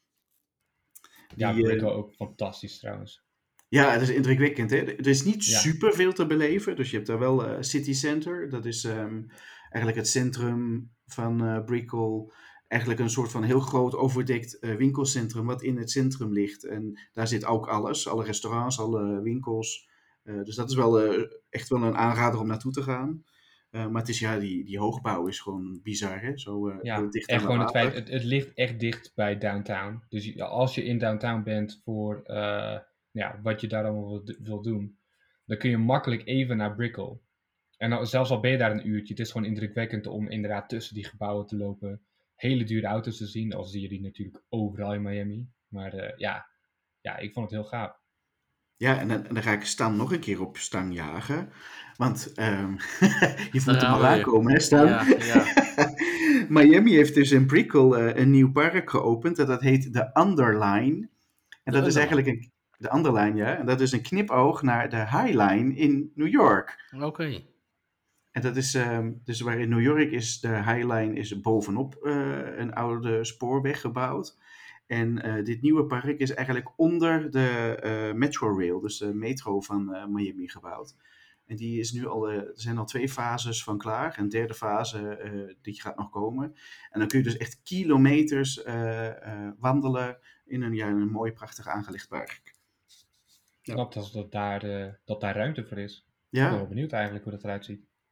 Die, ja, Brickell uh, ook fantastisch trouwens. Ja, het is indrukwekkend. Hè? Er is niet ja. super veel te beleven, dus je hebt daar wel uh, City Center. Dat is um, eigenlijk het centrum van uh, Brickell. Eigenlijk een soort van heel groot overdekt uh, winkelcentrum wat in het centrum ligt. En daar zit ook alles, alle restaurants, alle winkels. Uh, dus dat is wel uh, echt wel een aanrader om naartoe te gaan. Uh, maar het is ja, die, die hoogbouw is gewoon bizar, hè? Zo uh, ja, heel dicht en aan gewoon het het feit, het, het ligt echt dicht bij downtown. Dus als je in downtown bent voor uh, ja, wat je daar allemaal wil, wil doen, dan kun je makkelijk even naar Brickell. En dan, zelfs al ben je daar een uurtje, het is gewoon indrukwekkend om inderdaad tussen die gebouwen te lopen. Hele dure auto's te zien, al zie je die natuurlijk overal in Miami. Maar uh, ja, ja, ik vond het heel gaaf. Ja, en dan, en dan ga ik Stan nog een keer op stang jagen. Want um, je voelt hem al aankomen, hè Stan? Ja, ja. Miami heeft dus in Brickell uh, een nieuw park geopend. En dat heet de Underline. En dat is eigenlijk een... De Underline, ja. En dat is een knipoog naar de High Line in New York. Oké. Okay. En dat is, um, dus waar in New York is de High Line is bovenop uh, een oude spoorweg gebouwd. En uh, dit nieuwe park is eigenlijk onder de uh, Metrorail, dus de metro van uh, Miami gebouwd. En die is nu al, uh, er zijn al twee fases van klaar. Een derde fase uh, die gaat nog komen. En dan kun je dus echt kilometers uh, uh, wandelen in een, ja, een mooi, prachtig aangelegd park. Ja. Knap dat, dat, daar, uh, dat daar ruimte voor is. Ja. Ik ben wel benieuwd eigenlijk hoe dat eruit ziet.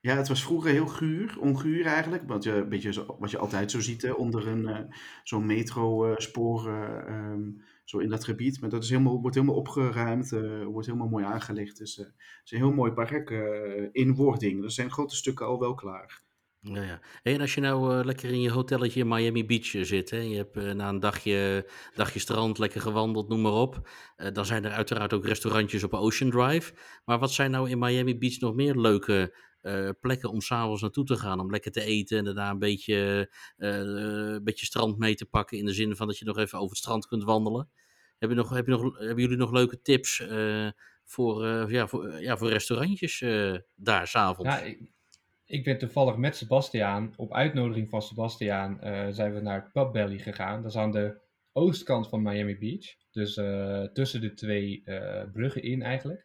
Ja, het was vroeger heel guur, onguur eigenlijk. Wat je, een beetje zo, wat je altijd zo ziet hè, onder een, uh, zo'n metrospoor uh, um, zo in dat gebied. Maar dat is helemaal, wordt helemaal opgeruimd, uh, wordt helemaal mooi aangelegd. Dus uh, het is een heel mooi park uh, in wording. Er zijn grote stukken al wel klaar. Ja, ja. Hey, en als je nou uh, lekker in je hotelletje in Miami Beach uh, zit, hè, je hebt uh, na een dagje, dagje strand lekker gewandeld, noem maar op. Uh, dan zijn er uiteraard ook restaurantjes op Ocean Drive. Maar wat zijn nou in Miami Beach nog meer leuke uh, plekken om s'avonds naartoe te gaan? Om lekker te eten en daarna een beetje, uh, een beetje strand mee te pakken. In de zin van dat je nog even over het strand kunt wandelen. Heb je nog, heb je nog, hebben jullie nog leuke tips uh, voor, uh, ja, voor, uh, ja, voor restaurantjes uh, daar s'avonds? Ja, ik, ik ben toevallig met Sebastiaan, op uitnodiging van Sebastiaan, uh, zijn we naar Pub Belly gegaan. Dat is aan de oostkant van Miami Beach. Dus uh, tussen de twee uh, bruggen in eigenlijk.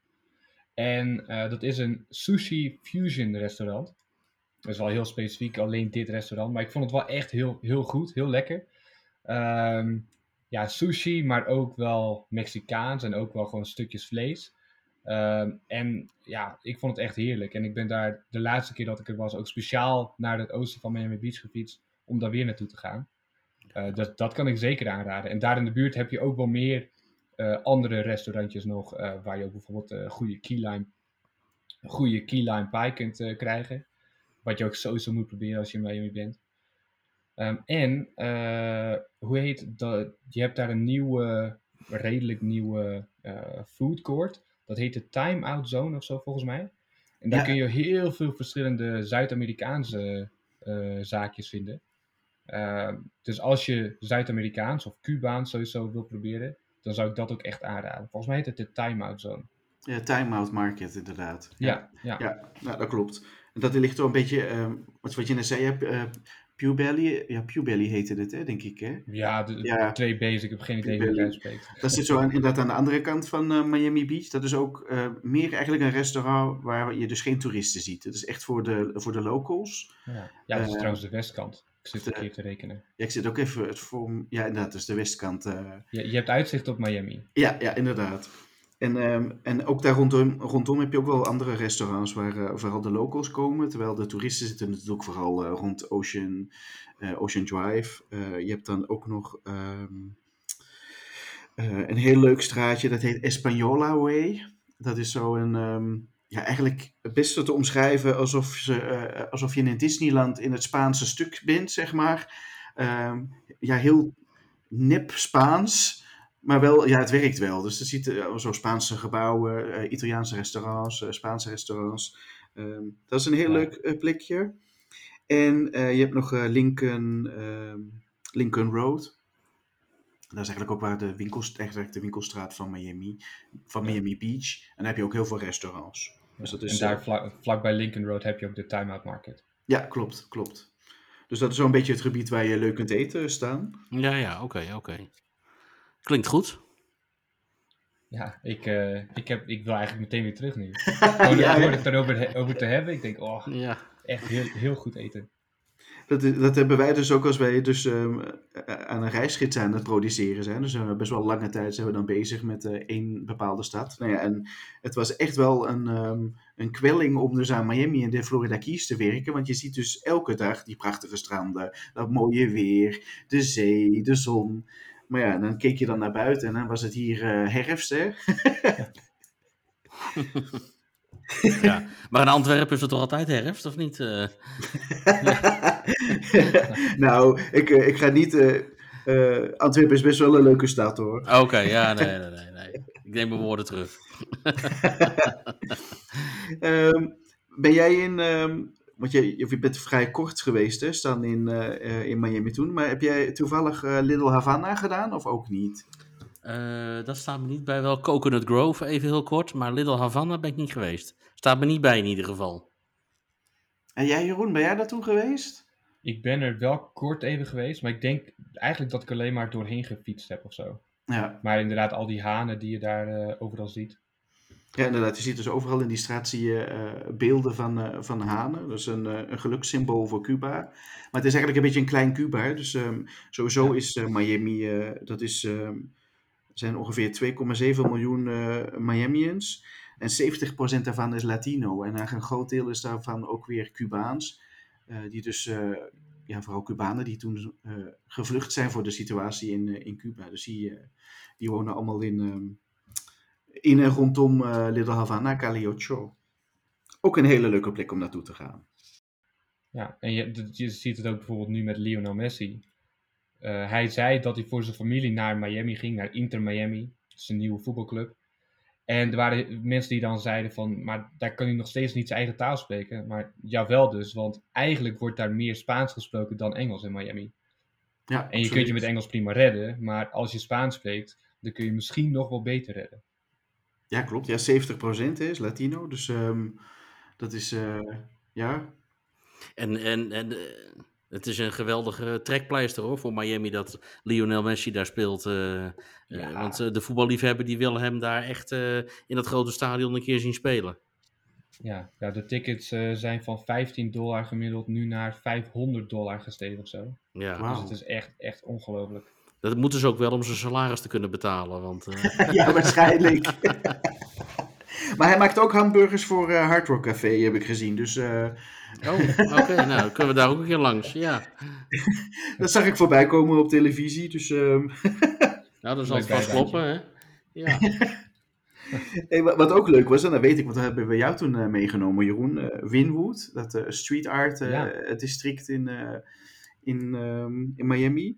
En uh, dat is een sushi fusion restaurant. Dat is wel heel specifiek, alleen dit restaurant. Maar ik vond het wel echt heel, heel goed, heel lekker. Um, ja, sushi, maar ook wel Mexicaans en ook wel gewoon stukjes vlees. Um, en ja, ik vond het echt heerlijk. En ik ben daar de laatste keer dat ik er was ook speciaal naar het oosten van Miami Beach gefietst om daar weer naartoe te gaan. Uh, dat, dat kan ik zeker aanraden. En daar in de buurt heb je ook wel meer uh, andere restaurantjes nog, uh, waar je ook bijvoorbeeld uh, goede key lime, goede key lime pie kunt uh, krijgen. Wat je ook sowieso moet proberen als je in Miami bent. Um, en, uh, hoe heet dat? Je hebt daar een nieuwe, redelijk nieuwe uh, food court. Dat heet de Time Out Zone of zo volgens mij. En daar ja. kun je heel veel verschillende Zuid-Amerikaanse uh, zaakjes vinden. Uh, dus als je Zuid-Amerikaans of Cubaans sowieso wil proberen, dan zou ik dat ook echt aanraden. Volgens mij heet het de Time Out Zone. Ja, Time Out Market inderdaad. Ja, ja. ja. ja nou, dat klopt. En dat ligt er een beetje, uh, wat, wat je net zei, uh, Pew Belly, ja, Pew Belly heette het, hè, denk ik, hè? Ja, de, ja. twee B's, ik heb geen idee hoe het uitspreekt. Dat zit zo aan, inderdaad aan de andere kant van uh, Miami Beach. Dat is ook uh, meer eigenlijk een restaurant waar je dus geen toeristen ziet. Het is echt voor de, voor de locals. Ja, ja dat is uh, trouwens de westkant. Ik zit een keer te rekenen. Ja, ik zit ook even, het voor, ja, inderdaad, dus de westkant. Uh, je, je hebt uitzicht op Miami. Ja, ja, inderdaad. En, um, en ook daar rondom, rondom heb je ook wel andere restaurants waar uh, vooral de locals komen. Terwijl de toeristen zitten natuurlijk vooral uh, rond Ocean, uh, Ocean Drive. Uh, je hebt dan ook nog um, uh, een heel leuk straatje, dat heet Espanola Way. Dat is zo een, um, ja, eigenlijk het beste te omschrijven alsof, ze, uh, alsof je in een Disneyland in het Spaanse stuk bent, zeg maar. Um, ja, heel nep Spaans. Maar wel, ja, het werkt wel. Dus je ziet uh, zo Spaanse gebouwen, uh, Italiaanse restaurants, uh, Spaanse restaurants. Um, dat is een heel ja. leuk uh, plekje. En uh, je hebt nog uh, Lincoln, uh, Lincoln Road. Dat is eigenlijk ook waar de, winkels, eigenlijk de winkelstraat van Miami, van Miami ja. Beach. En daar heb je ook heel veel restaurants. Ja. Dus dat is, en daar uh, vlak, vlakbij Lincoln Road heb je ook de Time Out Market. Ja, klopt, klopt. Dus dat is zo'n beetje het gebied waar je leuk kunt eten staan. Ja, ja, oké, okay, oké. Okay. Klinkt goed. Ja, ik, uh, ik, heb, ik wil eigenlijk meteen weer terug nu. Gewoon ja, door het erover over te hebben. Ik denk, oh, ja. echt heel, heel goed eten. Dat, dat hebben wij dus ook als wij dus um, aan een reisgids aan het produceren zijn. Dus uh, best wel lange tijd zijn we dan bezig met uh, één bepaalde stad. Nou ja, en het was echt wel een, um, een kwelling om dus aan Miami en de Florida Keys te werken. Want je ziet dus elke dag die prachtige stranden, dat mooie weer, de zee, de zon. Maar ja, dan keek je dan naar buiten en dan was het hier uh, herfst, hè? Ja, maar in Antwerpen is het toch altijd herfst, of niet? Uh... nou, ik, uh, ik ga niet... Uh, uh, Antwerpen is best wel een leuke stad, hoor. Oké, okay, ja, nee, nee, nee, nee. Ik neem mijn woorden terug. um, ben jij in... Um, want je, je bent vrij kort geweest, hè, staan in, uh, in Miami toen. Maar heb jij toevallig uh, Little Havana gedaan, of ook niet? Uh, dat staat me niet bij. Wel Coconut Grove, even heel kort. Maar Little Havana ben ik niet geweest. Staat me niet bij in ieder geval. En jij, Jeroen, ben jij daar toen geweest? Ik ben er wel kort even geweest. Maar ik denk eigenlijk dat ik alleen maar doorheen gefietst heb of zo. Ja. Maar inderdaad, al die hanen die je daar uh, overal ziet. Ja, inderdaad. Je ziet dus overal in die straat zie je uh, beelden van, uh, van hanen. Dat is een, uh, een gelukssymbool voor Cuba. Maar het is eigenlijk een beetje een klein Cuba. Dus um, sowieso ja. is uh, Miami... Uh, dat is... Um, Er zijn ongeveer twee komma zeven miljoen uh, Miamiërs. En zeventig procent daarvan is Latino. En een groot deel is daarvan ook weer Cubaans. Uh, die dus, uh, ja, vooral Cubanen die toen uh, gevlucht zijn voor de situatie in, uh, in Cuba. Dus die, uh, die wonen allemaal in, um, in en rondom uh, Little Havana, Calle Ocho. Ook een hele leuke plek om naartoe te gaan. Ja, en je, je ziet het ook bijvoorbeeld nu met Lionel Messi. Uh, hij zei dat hij voor zijn familie naar Miami ging, naar Inter Miami. Dat is een nieuwe voetbalclub. En er waren mensen die dan zeiden van, maar daar kan hij nog steeds niet zijn eigen taal spreken. Maar jawel dus, want eigenlijk wordt daar meer Spaans gesproken dan Engels in Miami. Ja, en je absoluut. kunt je met Engels prima redden, maar als je Spaans spreekt, dan kun je misschien nog wel beter redden. Ja, klopt. Ja, zeventig procent is Latino, dus um, dat is, uh, ja... En, en, en uh, het is een geweldige trekpleister hoor, voor Miami dat Lionel Messi daar speelt. Uh, ja. uh, want uh, de voetballiefhebber die wil hem daar echt uh, in dat grote stadion een keer zien spelen. Ja, ja de tickets uh, zijn van vijftien dollar gemiddeld nu naar vijfhonderd dollar gestegen of zo. Ja. Wow. Dus het is echt, echt ongelooflijk. Dat moeten ze ook wel om zijn salaris te kunnen betalen. Want, uh... ja, waarschijnlijk. Maar hij maakt ook hamburgers voor uh, Hard Rock Café, heb ik gezien. Dus, uh... Oh, oké. Okay. Nou, dan kunnen we daar ook een keer langs. Ja. Dat zag ik voorbij komen op televisie. Dus, um... nou, dat zal het vast kloppen, hè? Ja. Hey, wat ook leuk was, en dat weet ik, want dat hebben we jou toen uh, meegenomen, Jeroen. Uh, Wynwood, dat uh, street art uh, ja. district in, uh, in, um, in Miami.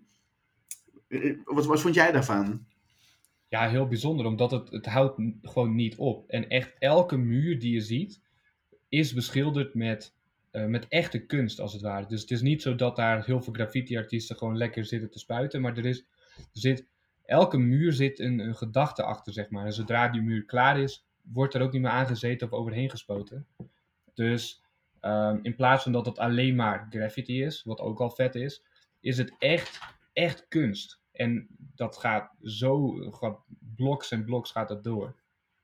Uh, wat, wat vond jij daarvan? Ja, heel bijzonder, omdat het, het houdt gewoon niet op. En echt elke muur die je ziet, is beschilderd met, uh, met echte kunst, als het ware. Dus het is niet zo dat daar heel veel graffiti-artiesten gewoon lekker zitten te spuiten, maar er is, er zit, elke muur zit een, een gedachte achter, zeg maar. En zodra die muur klaar is, wordt er ook niet meer aangezeten of overheen gespoten. Dus um, in plaats van dat het alleen maar graffiti is, wat ook al vet is, is het echt, echt kunst. En dat gaat zo, gaat bloks en bloks gaat dat door.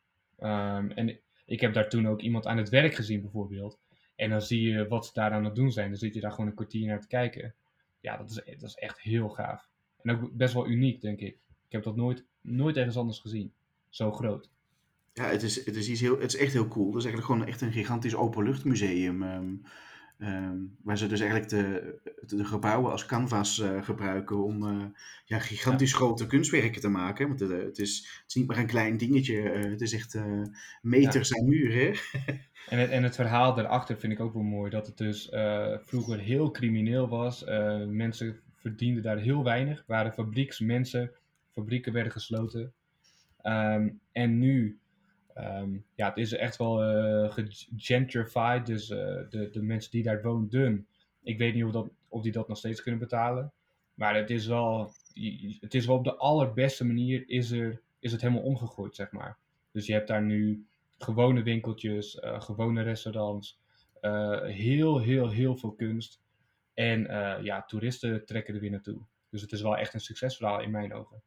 Um, en ik heb daar toen ook iemand aan het werk gezien bijvoorbeeld. En dan zie je wat ze daar aan het doen zijn. Dan zit je daar gewoon een kwartier naar te kijken. Ja, dat is, dat is echt heel gaaf. En ook best wel uniek, denk ik. Ik heb dat nooit, nooit ergens anders gezien. Zo groot. Ja, het is, het is, iets heel, het is echt heel cool. Het is eigenlijk gewoon echt een gigantisch openluchtmuseum. Um, um, waar ze dus eigenlijk de, de gebouwen als canvas uh, gebruiken om uh, ja, gigantisch ja. grote kunstwerken te maken. Want het, het, is, het is niet maar een klein dingetje. Uh, het is echt uh, meters ja. aan muren. en, het, en het verhaal daarachter vind ik ook wel mooi. Dat het dus uh, vroeger heel crimineel was. Uh, mensen verdienden daar heel weinig. Er waren fabrieksmensen. Fabrieken werden gesloten. Um, en nu... Um, ja, het is echt wel uh, gegentrified, dus uh, de, de mensen die daar woonden, ik weet niet of, dat, of die dat nog steeds kunnen betalen, maar het is wel, het is wel op de allerbeste manier is, er, is het helemaal omgegooid, zeg maar. Dus je hebt daar nu gewone winkeltjes, uh, gewone restaurants, uh, heel, heel, heel veel kunst en uh, ja, toeristen trekken er weer naartoe. Dus het is wel echt een succesverhaal in mijn ogen.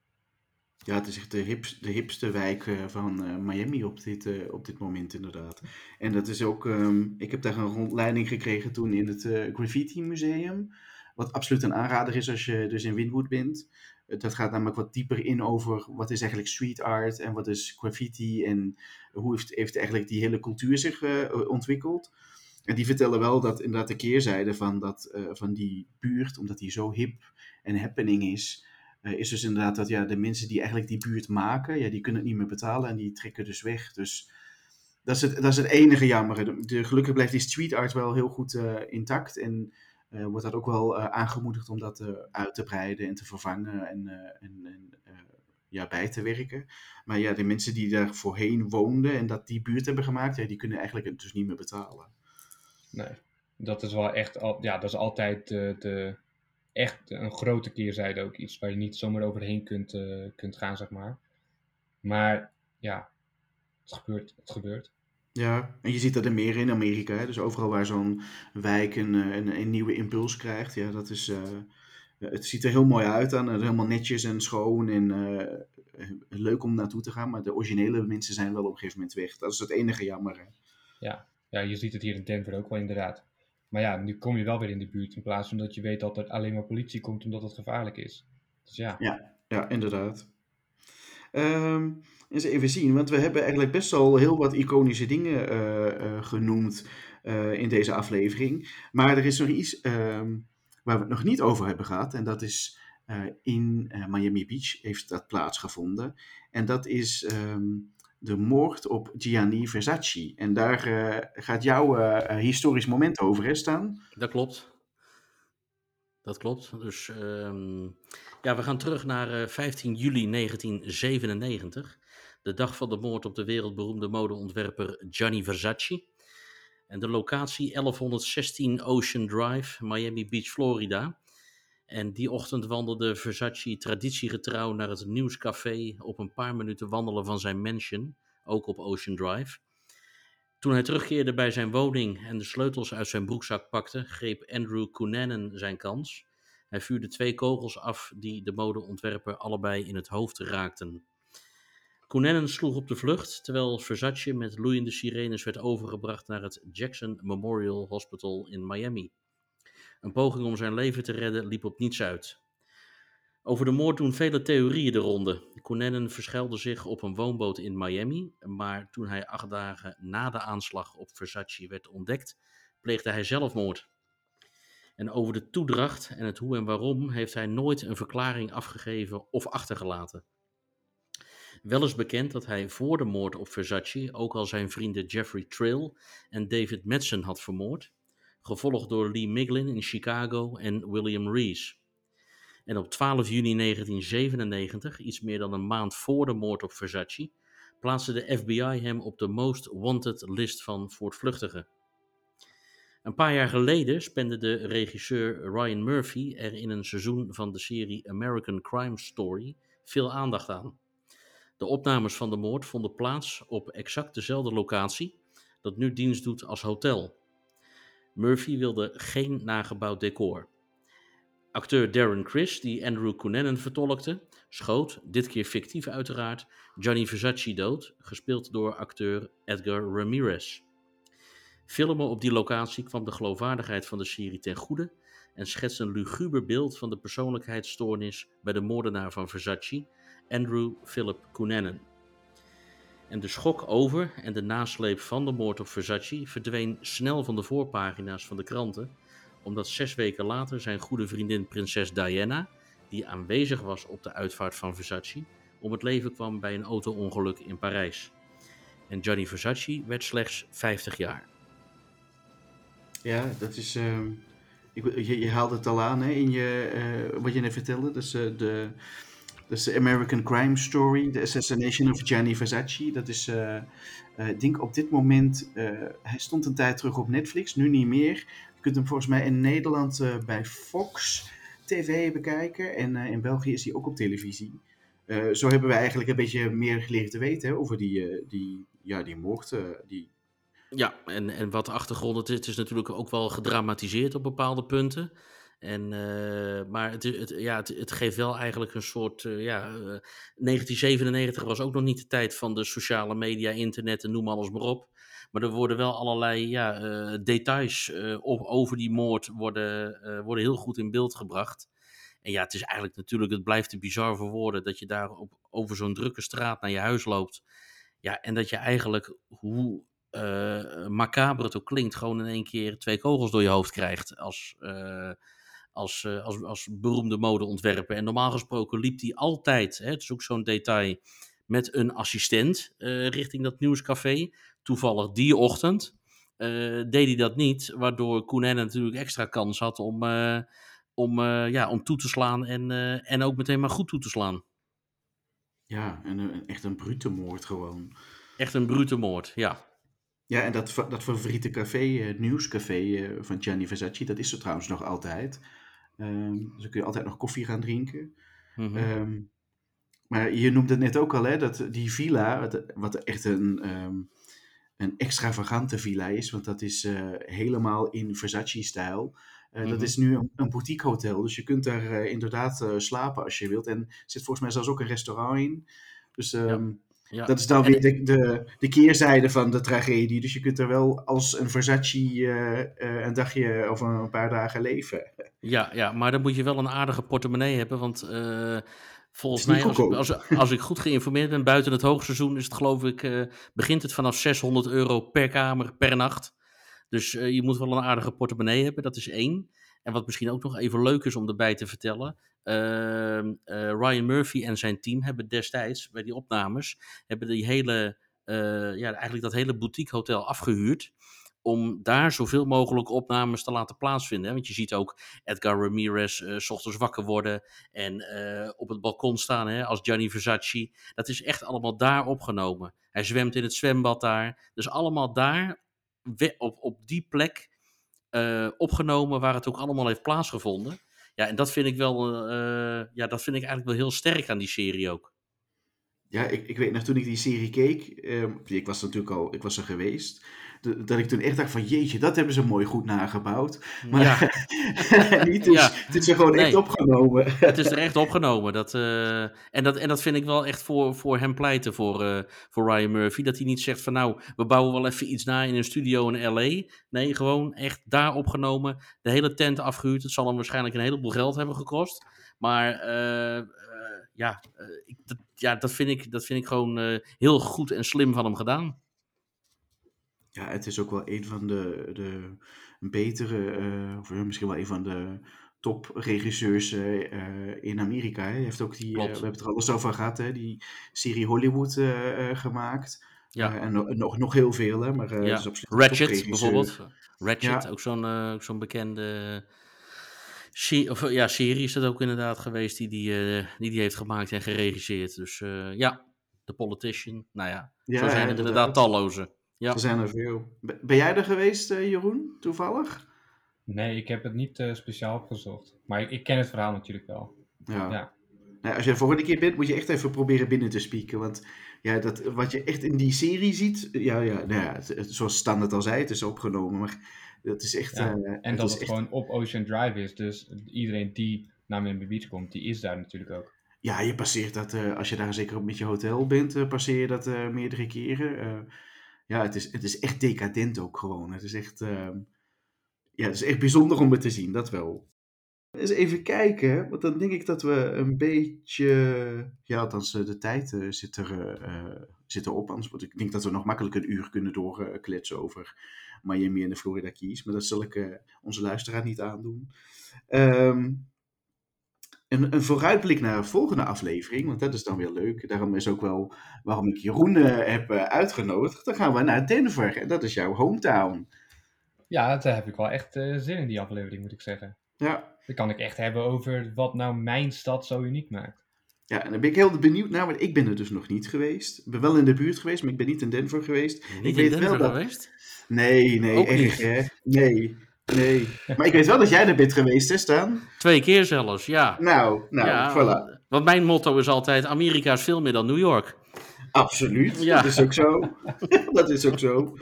Ja, het is echt de, hips, de hipste wijk uh, van uh, Miami op dit, uh, op dit moment inderdaad. En dat is ook, um, ik heb daar een rondleiding gekregen toen in het uh, Graffiti Museum. Wat absoluut een aanrader is als je dus in Wynwood bent. Uh, dat gaat namelijk wat dieper in over wat is eigenlijk street art en wat is graffiti. En hoe heeft, heeft eigenlijk die hele cultuur zich uh, ontwikkeld. En die vertellen wel dat inderdaad de keerzijde van, dat, uh, van die buurt, omdat die zo hip en happening is... Uh, is dus inderdaad dat ja, de mensen die eigenlijk die buurt maken, ja, die kunnen het niet meer betalen en die trekken dus weg. Dus dat is het, dat is het enige jammer. De, de, gelukkig blijft die street art wel heel goed uh, intact en uh, wordt dat ook wel uh, aangemoedigd om dat uh, uit te breiden en te vervangen en, uh, en, en uh, ja, bij te werken. Maar ja, de mensen die daar voorheen woonden en dat die buurt hebben gemaakt, ja, die kunnen eigenlijk het dus niet meer betalen. Nee, dat is wel echt, al, ja, dat is altijd de... de... echt een grote keerzijde ook. Iets waar je niet zomaar overheen kunt, uh, kunt gaan, zeg maar. Maar ja, het gebeurt. Het gebeurt. Ja, en je ziet dat er meer in Amerika. Hè? Dus overal waar zo'n wijk een, een, een nieuwe impuls krijgt. Ja, dat is... Uh, het ziet er heel mooi uit aan. Helemaal netjes en schoon en uh, leuk om naartoe te gaan. Maar de originele mensen zijn wel op een gegeven moment weg. Dat is het enige jammer. Hè? Ja. ja, je ziet het hier in Denver ook wel inderdaad. Maar ja, nu kom je wel weer in de buurt in plaats van dat je weet dat er alleen maar politie komt omdat het gevaarlijk is. Dus ja. Ja, ja inderdaad. Um, Eens even zien, want we hebben eigenlijk best wel heel wat iconische dingen uh, uh, genoemd uh, in deze aflevering. Maar er is nog iets um, waar we het nog niet over hebben gehad. En dat is uh, in uh, Miami Beach heeft dat plaatsgevonden. En dat is um, de moord op Gianni Versace. En daar uh, gaat jouw uh, historisch moment over, hè, Stan? Dat klopt. Dat klopt. Dus um, ja, we gaan terug naar uh, vijftien juli negentien zevenennegentig. De dag van de moord op de wereldberoemde modeontwerper Gianni Versace. En de locatie elfhonderdzestien Ocean Drive, Miami Beach, Florida. En die ochtend wandelde Versace traditiegetrouw naar het nieuwscafé op een paar minuten wandelen van zijn mansion, ook op Ocean Drive. Toen hij terugkeerde bij zijn woning en de sleutels uit zijn broekzak pakte, greep Andrew Cunanan zijn kans. Hij vuurde twee kogels af die de modeontwerper allebei in het hoofd raakten. Cunanan sloeg op de vlucht, terwijl Versace met loeiende sirenes werd overgebracht naar het Jackson Memorial Hospital in Miami. Een poging om zijn leven te redden liep op niets uit. Over de moord doen vele theorieën de ronde. Cunanan verschuilde zich op een woonboot in Miami, maar toen hij acht dagen na de aanslag op Versace werd ontdekt, pleegde hij zelfmoord. En over de toedracht en het hoe en waarom heeft hij nooit een verklaring afgegeven of achtergelaten. Wel is bekend dat hij voor de moord op Versace ook al zijn vrienden Jeffrey Trill en David Madsen had vermoord, gevolgd door Lee Miglin in Chicago en William Rees. En op twaalf juni negentien zevenennegentig, iets meer dan een maand voor de moord op Versace, plaatste de F B I hem op de Most Wanted list van voortvluchtigen. Een paar jaar geleden spende de regisseur Ryan Murphy er in een seizoen van de serie American Crime Story veel aandacht aan. De opnames van de moord vonden plaats op exact dezelfde locatie, dat nu dienst doet als hotel. Murphy wilde geen nagebouwd decor. Acteur Darren Criss, die Andrew Cunanan vertolkte, schoot, dit keer fictief uiteraard, Gianni Versace dood, gespeeld door acteur Edgar Ramirez. Filmen op die locatie kwam de geloofwaardigheid van de serie ten goede en schetst een luguber beeld van de persoonlijkheidsstoornis bij de moordenaar van Versace, Andrew Philip Cunanan. En de schok over en de nasleep van de moord op Versace verdween snel van de voorpagina's van de kranten, omdat zes weken later zijn goede vriendin prinses Diana, die aanwezig was op de uitvaart van Versace, om het leven kwam bij een auto-ongeluk in Parijs. En Gianni Versace werd slechts vijftig jaar. Ja, dat is... Uh, ik, je, je haalde het al aan, hè, in je, uh, wat je net vertelde. Dus, uh, de, dus de American Crime Story, The Assassination of Gianni Versace. Dat is, uh, uh, ik denk op dit moment... Uh, hij stond een tijd terug op Netflix, nu niet meer. Je kunt hem volgens mij in Nederland uh, bij Fox T V bekijken. En uh, in België is hij ook op televisie. Uh, zo hebben we eigenlijk een beetje meer geleerd te weten, hè, over die, uh, die, ja, die moord, uh, die... Ja, en, en wat achtergrond, het is, het is natuurlijk ook wel gedramatiseerd op bepaalde punten. En, uh, maar het, het, ja, het, het geeft wel eigenlijk een soort... Uh, ja, uh, negentien zevenennegentig was ook nog niet de tijd van de sociale media, internet en noem alles maar op. Maar er worden wel allerlei ja, uh, details uh, op, over die moord worden, uh, worden heel goed in beeld gebracht. En ja, het is eigenlijk natuurlijk, het blijft te bizar voor woorden dat je daar op, over zo'n drukke straat naar je huis loopt. Ja, en dat je eigenlijk, hoe uh, macaber het ook klinkt, gewoon in één keer twee kogels door je hoofd krijgt als, uh, als, uh, als, als beroemde modeontwerper. En normaal gesproken liep hij altijd, hè, het is ook zo'n detail, met een assistent uh, richting dat nieuwscafé. Toevallig die ochtend uh, deed hij dat niet, waardoor Cunanan natuurlijk extra kans had om... Uh, Om, uh, ja, om toe te slaan en, uh, en ook meteen maar goed toe te slaan. Ja, en een, echt een brute moord gewoon. Echt een brute moord, ja. Ja, en dat, dat favoriete café, het nieuwscafé uh, van Gianni Versace, dat is er trouwens nog altijd. Um, dus dan kun je altijd nog koffie gaan drinken. Mm-hmm. Um, maar je noemde het net ook al, hè, dat die villa, wat, wat echt een, um, een extravagante villa is, want dat is uh, helemaal in Versace-stijl. Uh, mm-hmm. Dat is nu een, een boutique hotel, dus je kunt daar uh, inderdaad uh, slapen als je wilt. En er zit volgens mij zelfs ook een restaurant in. Dus um, ja. Ja. Dat is dan weer de, de, de keerzijde van de tragedie. Dus je kunt er wel als een Versace uh, uh, een dagje of een paar dagen leven. Ja, ja, maar dan moet je wel een aardige portemonnee hebben, want uh, Volgens Het is mij, niet als ik, goedkoop. als, als ik goed geïnformeerd ben, buiten het hoogseizoen is het geloof ik, eh, begint het vanaf zeshonderd euro per kamer per nacht. Dus eh, je moet wel een aardige portemonnee hebben, dat is één. En wat misschien ook nog even leuk is om erbij te vertellen. Uh, uh, Ryan Murphy en zijn team hebben destijds bij die opnames, hebben die hele, uh, ja, eigenlijk dat hele boutique hotel afgehuurd. Om daar zoveel mogelijk opnames te laten plaatsvinden. Hè? Want je ziet ook Edgar Ramirez uh, 's ochtends wakker worden en uh, op het balkon staan, hè, als Gianni Versace. Dat is echt allemaal daar opgenomen. Hij zwemt in het zwembad daar. Dus allemaal daar, we, op, op die plek uh, opgenomen waar het ook allemaal heeft plaatsgevonden. Ja, en dat vind ik wel, uh, ja, dat vind ik eigenlijk wel heel sterk aan die serie ook. Ja, ik, ik weet nog, toen ik die serie keek, um, ik was natuurlijk al, ik was er geweest, de, dat ik toen echt dacht van, jeetje, dat hebben ze mooi goed nagebouwd. Maar ja. niet, dus, ja. het is er gewoon nee. echt opgenomen. Het is er echt opgenomen. Dat, uh, en, dat, en dat vind ik wel echt voor, voor hem pleiten, voor, uh, voor Ryan Murphy, dat hij niet zegt van, nou, we bouwen wel even iets na in een studio in L A. Nee, gewoon echt daar opgenomen, de hele tent afgehuurd. Het zal hem waarschijnlijk een heleboel geld hebben gekost. Maar uh, uh, ja, uh, ik, dat, ja dat, vind ik, dat vind ik gewoon uh, heel goed en slim van hem gedaan. Ja, het is ook wel een van de, de betere, uh, of misschien wel een van de topregisseurs uh, in Amerika. Hè. Hij heeft ook die, uh, we hebben het er alles over gehad, hè, die serie Hollywood uh, uh, gemaakt. Ja. Uh, en no- nog, nog heel veel, hè. Maar, uh, ja. is Ratchet bijvoorbeeld. Ratchet, ja. ook zo'n, uh, ook zo'n bekende se- of, ja, serie is dat ook inderdaad geweest die die, uh, die die heeft gemaakt en geregisseerd. Dus uh, ja, The Politician, nou ja, ja zo zijn er inderdaad, inderdaad talloze. Ja. Er zijn er veel. Ben jij er geweest, uh, Jeroen, toevallig? Nee, ik heb het niet uh, speciaal opgezocht. Maar ik, ik ken het verhaal natuurlijk wel. Ja. ja. Nou, als je de volgende keer bent, moet je echt even proberen binnen te spieken. Want ja, dat, wat je echt in die serie ziet, ja, ja, nou ja het, het, zoals Stan het al zei, het is opgenomen, maar dat is echt... Ja. Uh, en het dat is het echt... gewoon op Ocean Drive is, dus iedereen die naar Miami Beach komt, die is daar natuurlijk ook. Ja, je passeert dat, uh, als je daar zeker met je hotel bent, uh, passeer je dat uh, meerdere keren. Uh, ja, het is, het is echt decadent ook gewoon. Het is echt, uh, ja, het is echt bijzonder om het te zien, dat wel. Eens even kijken, want dan denk ik dat we een beetje, ja, althans de tijd uh, zit, er, uh, zit erop. Anders, want ik denk dat we nog makkelijk een uur kunnen doorkletsen uh, over Miami en de Florida Keys. Maar dat zal ik uh, onze luisteraar niet aandoen. Um, een, een vooruitblik naar de volgende aflevering, want dat is dan weer leuk. Daarom is ook wel waarom ik Jeroen uh, heb uh, uitgenodigd. Dan gaan we naar Denver en dat is jouw hometown. Ja, daar heb ik wel echt uh, zin in die aflevering, moet ik zeggen. Ja. Dan kan ik echt hebben over wat nou mijn stad zo uniek maakt. Ja, en dan ben ik heel benieuwd naar, want ik ben er dus nog niet geweest. Ik ben wel in de buurt geweest, maar ik ben niet in Denver geweest. Niet ik in weet Denver wel dat... geweest? Nee, nee, ook erg niet. Hè? Nee, nee. Maar ik weet wel dat jij er bent geweest, hè Stan? Twee keer zelfs, ja. Nou, nou, ja, voilà. Want mijn motto is altijd, Amerika is veel meer dan New York. Absoluut, ja. dat is ook zo. dat is ook zo.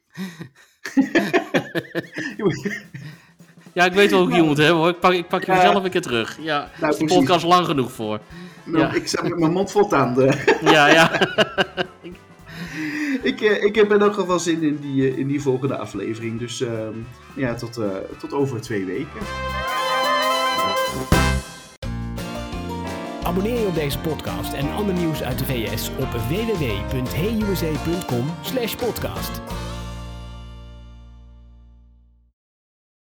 Ja, ik weet wel hoe ik je moet hebben hoor. Ik pak, ik pak je Ja. zelf een keer terug. Ja, Nou, is de precies. podcast lang genoeg voor. Nou, Ja. Ik zat met mijn mond vol tanden. Ja, ja. ik, uh, ik heb er nog wel zin in die, uh, in die volgende aflevering. Dus uh, ja, tot, uh, tot over twee weken. Abonneer je op deze podcast en ander nieuws uit de V S op w w w punt hey u s a punt com slash podcast.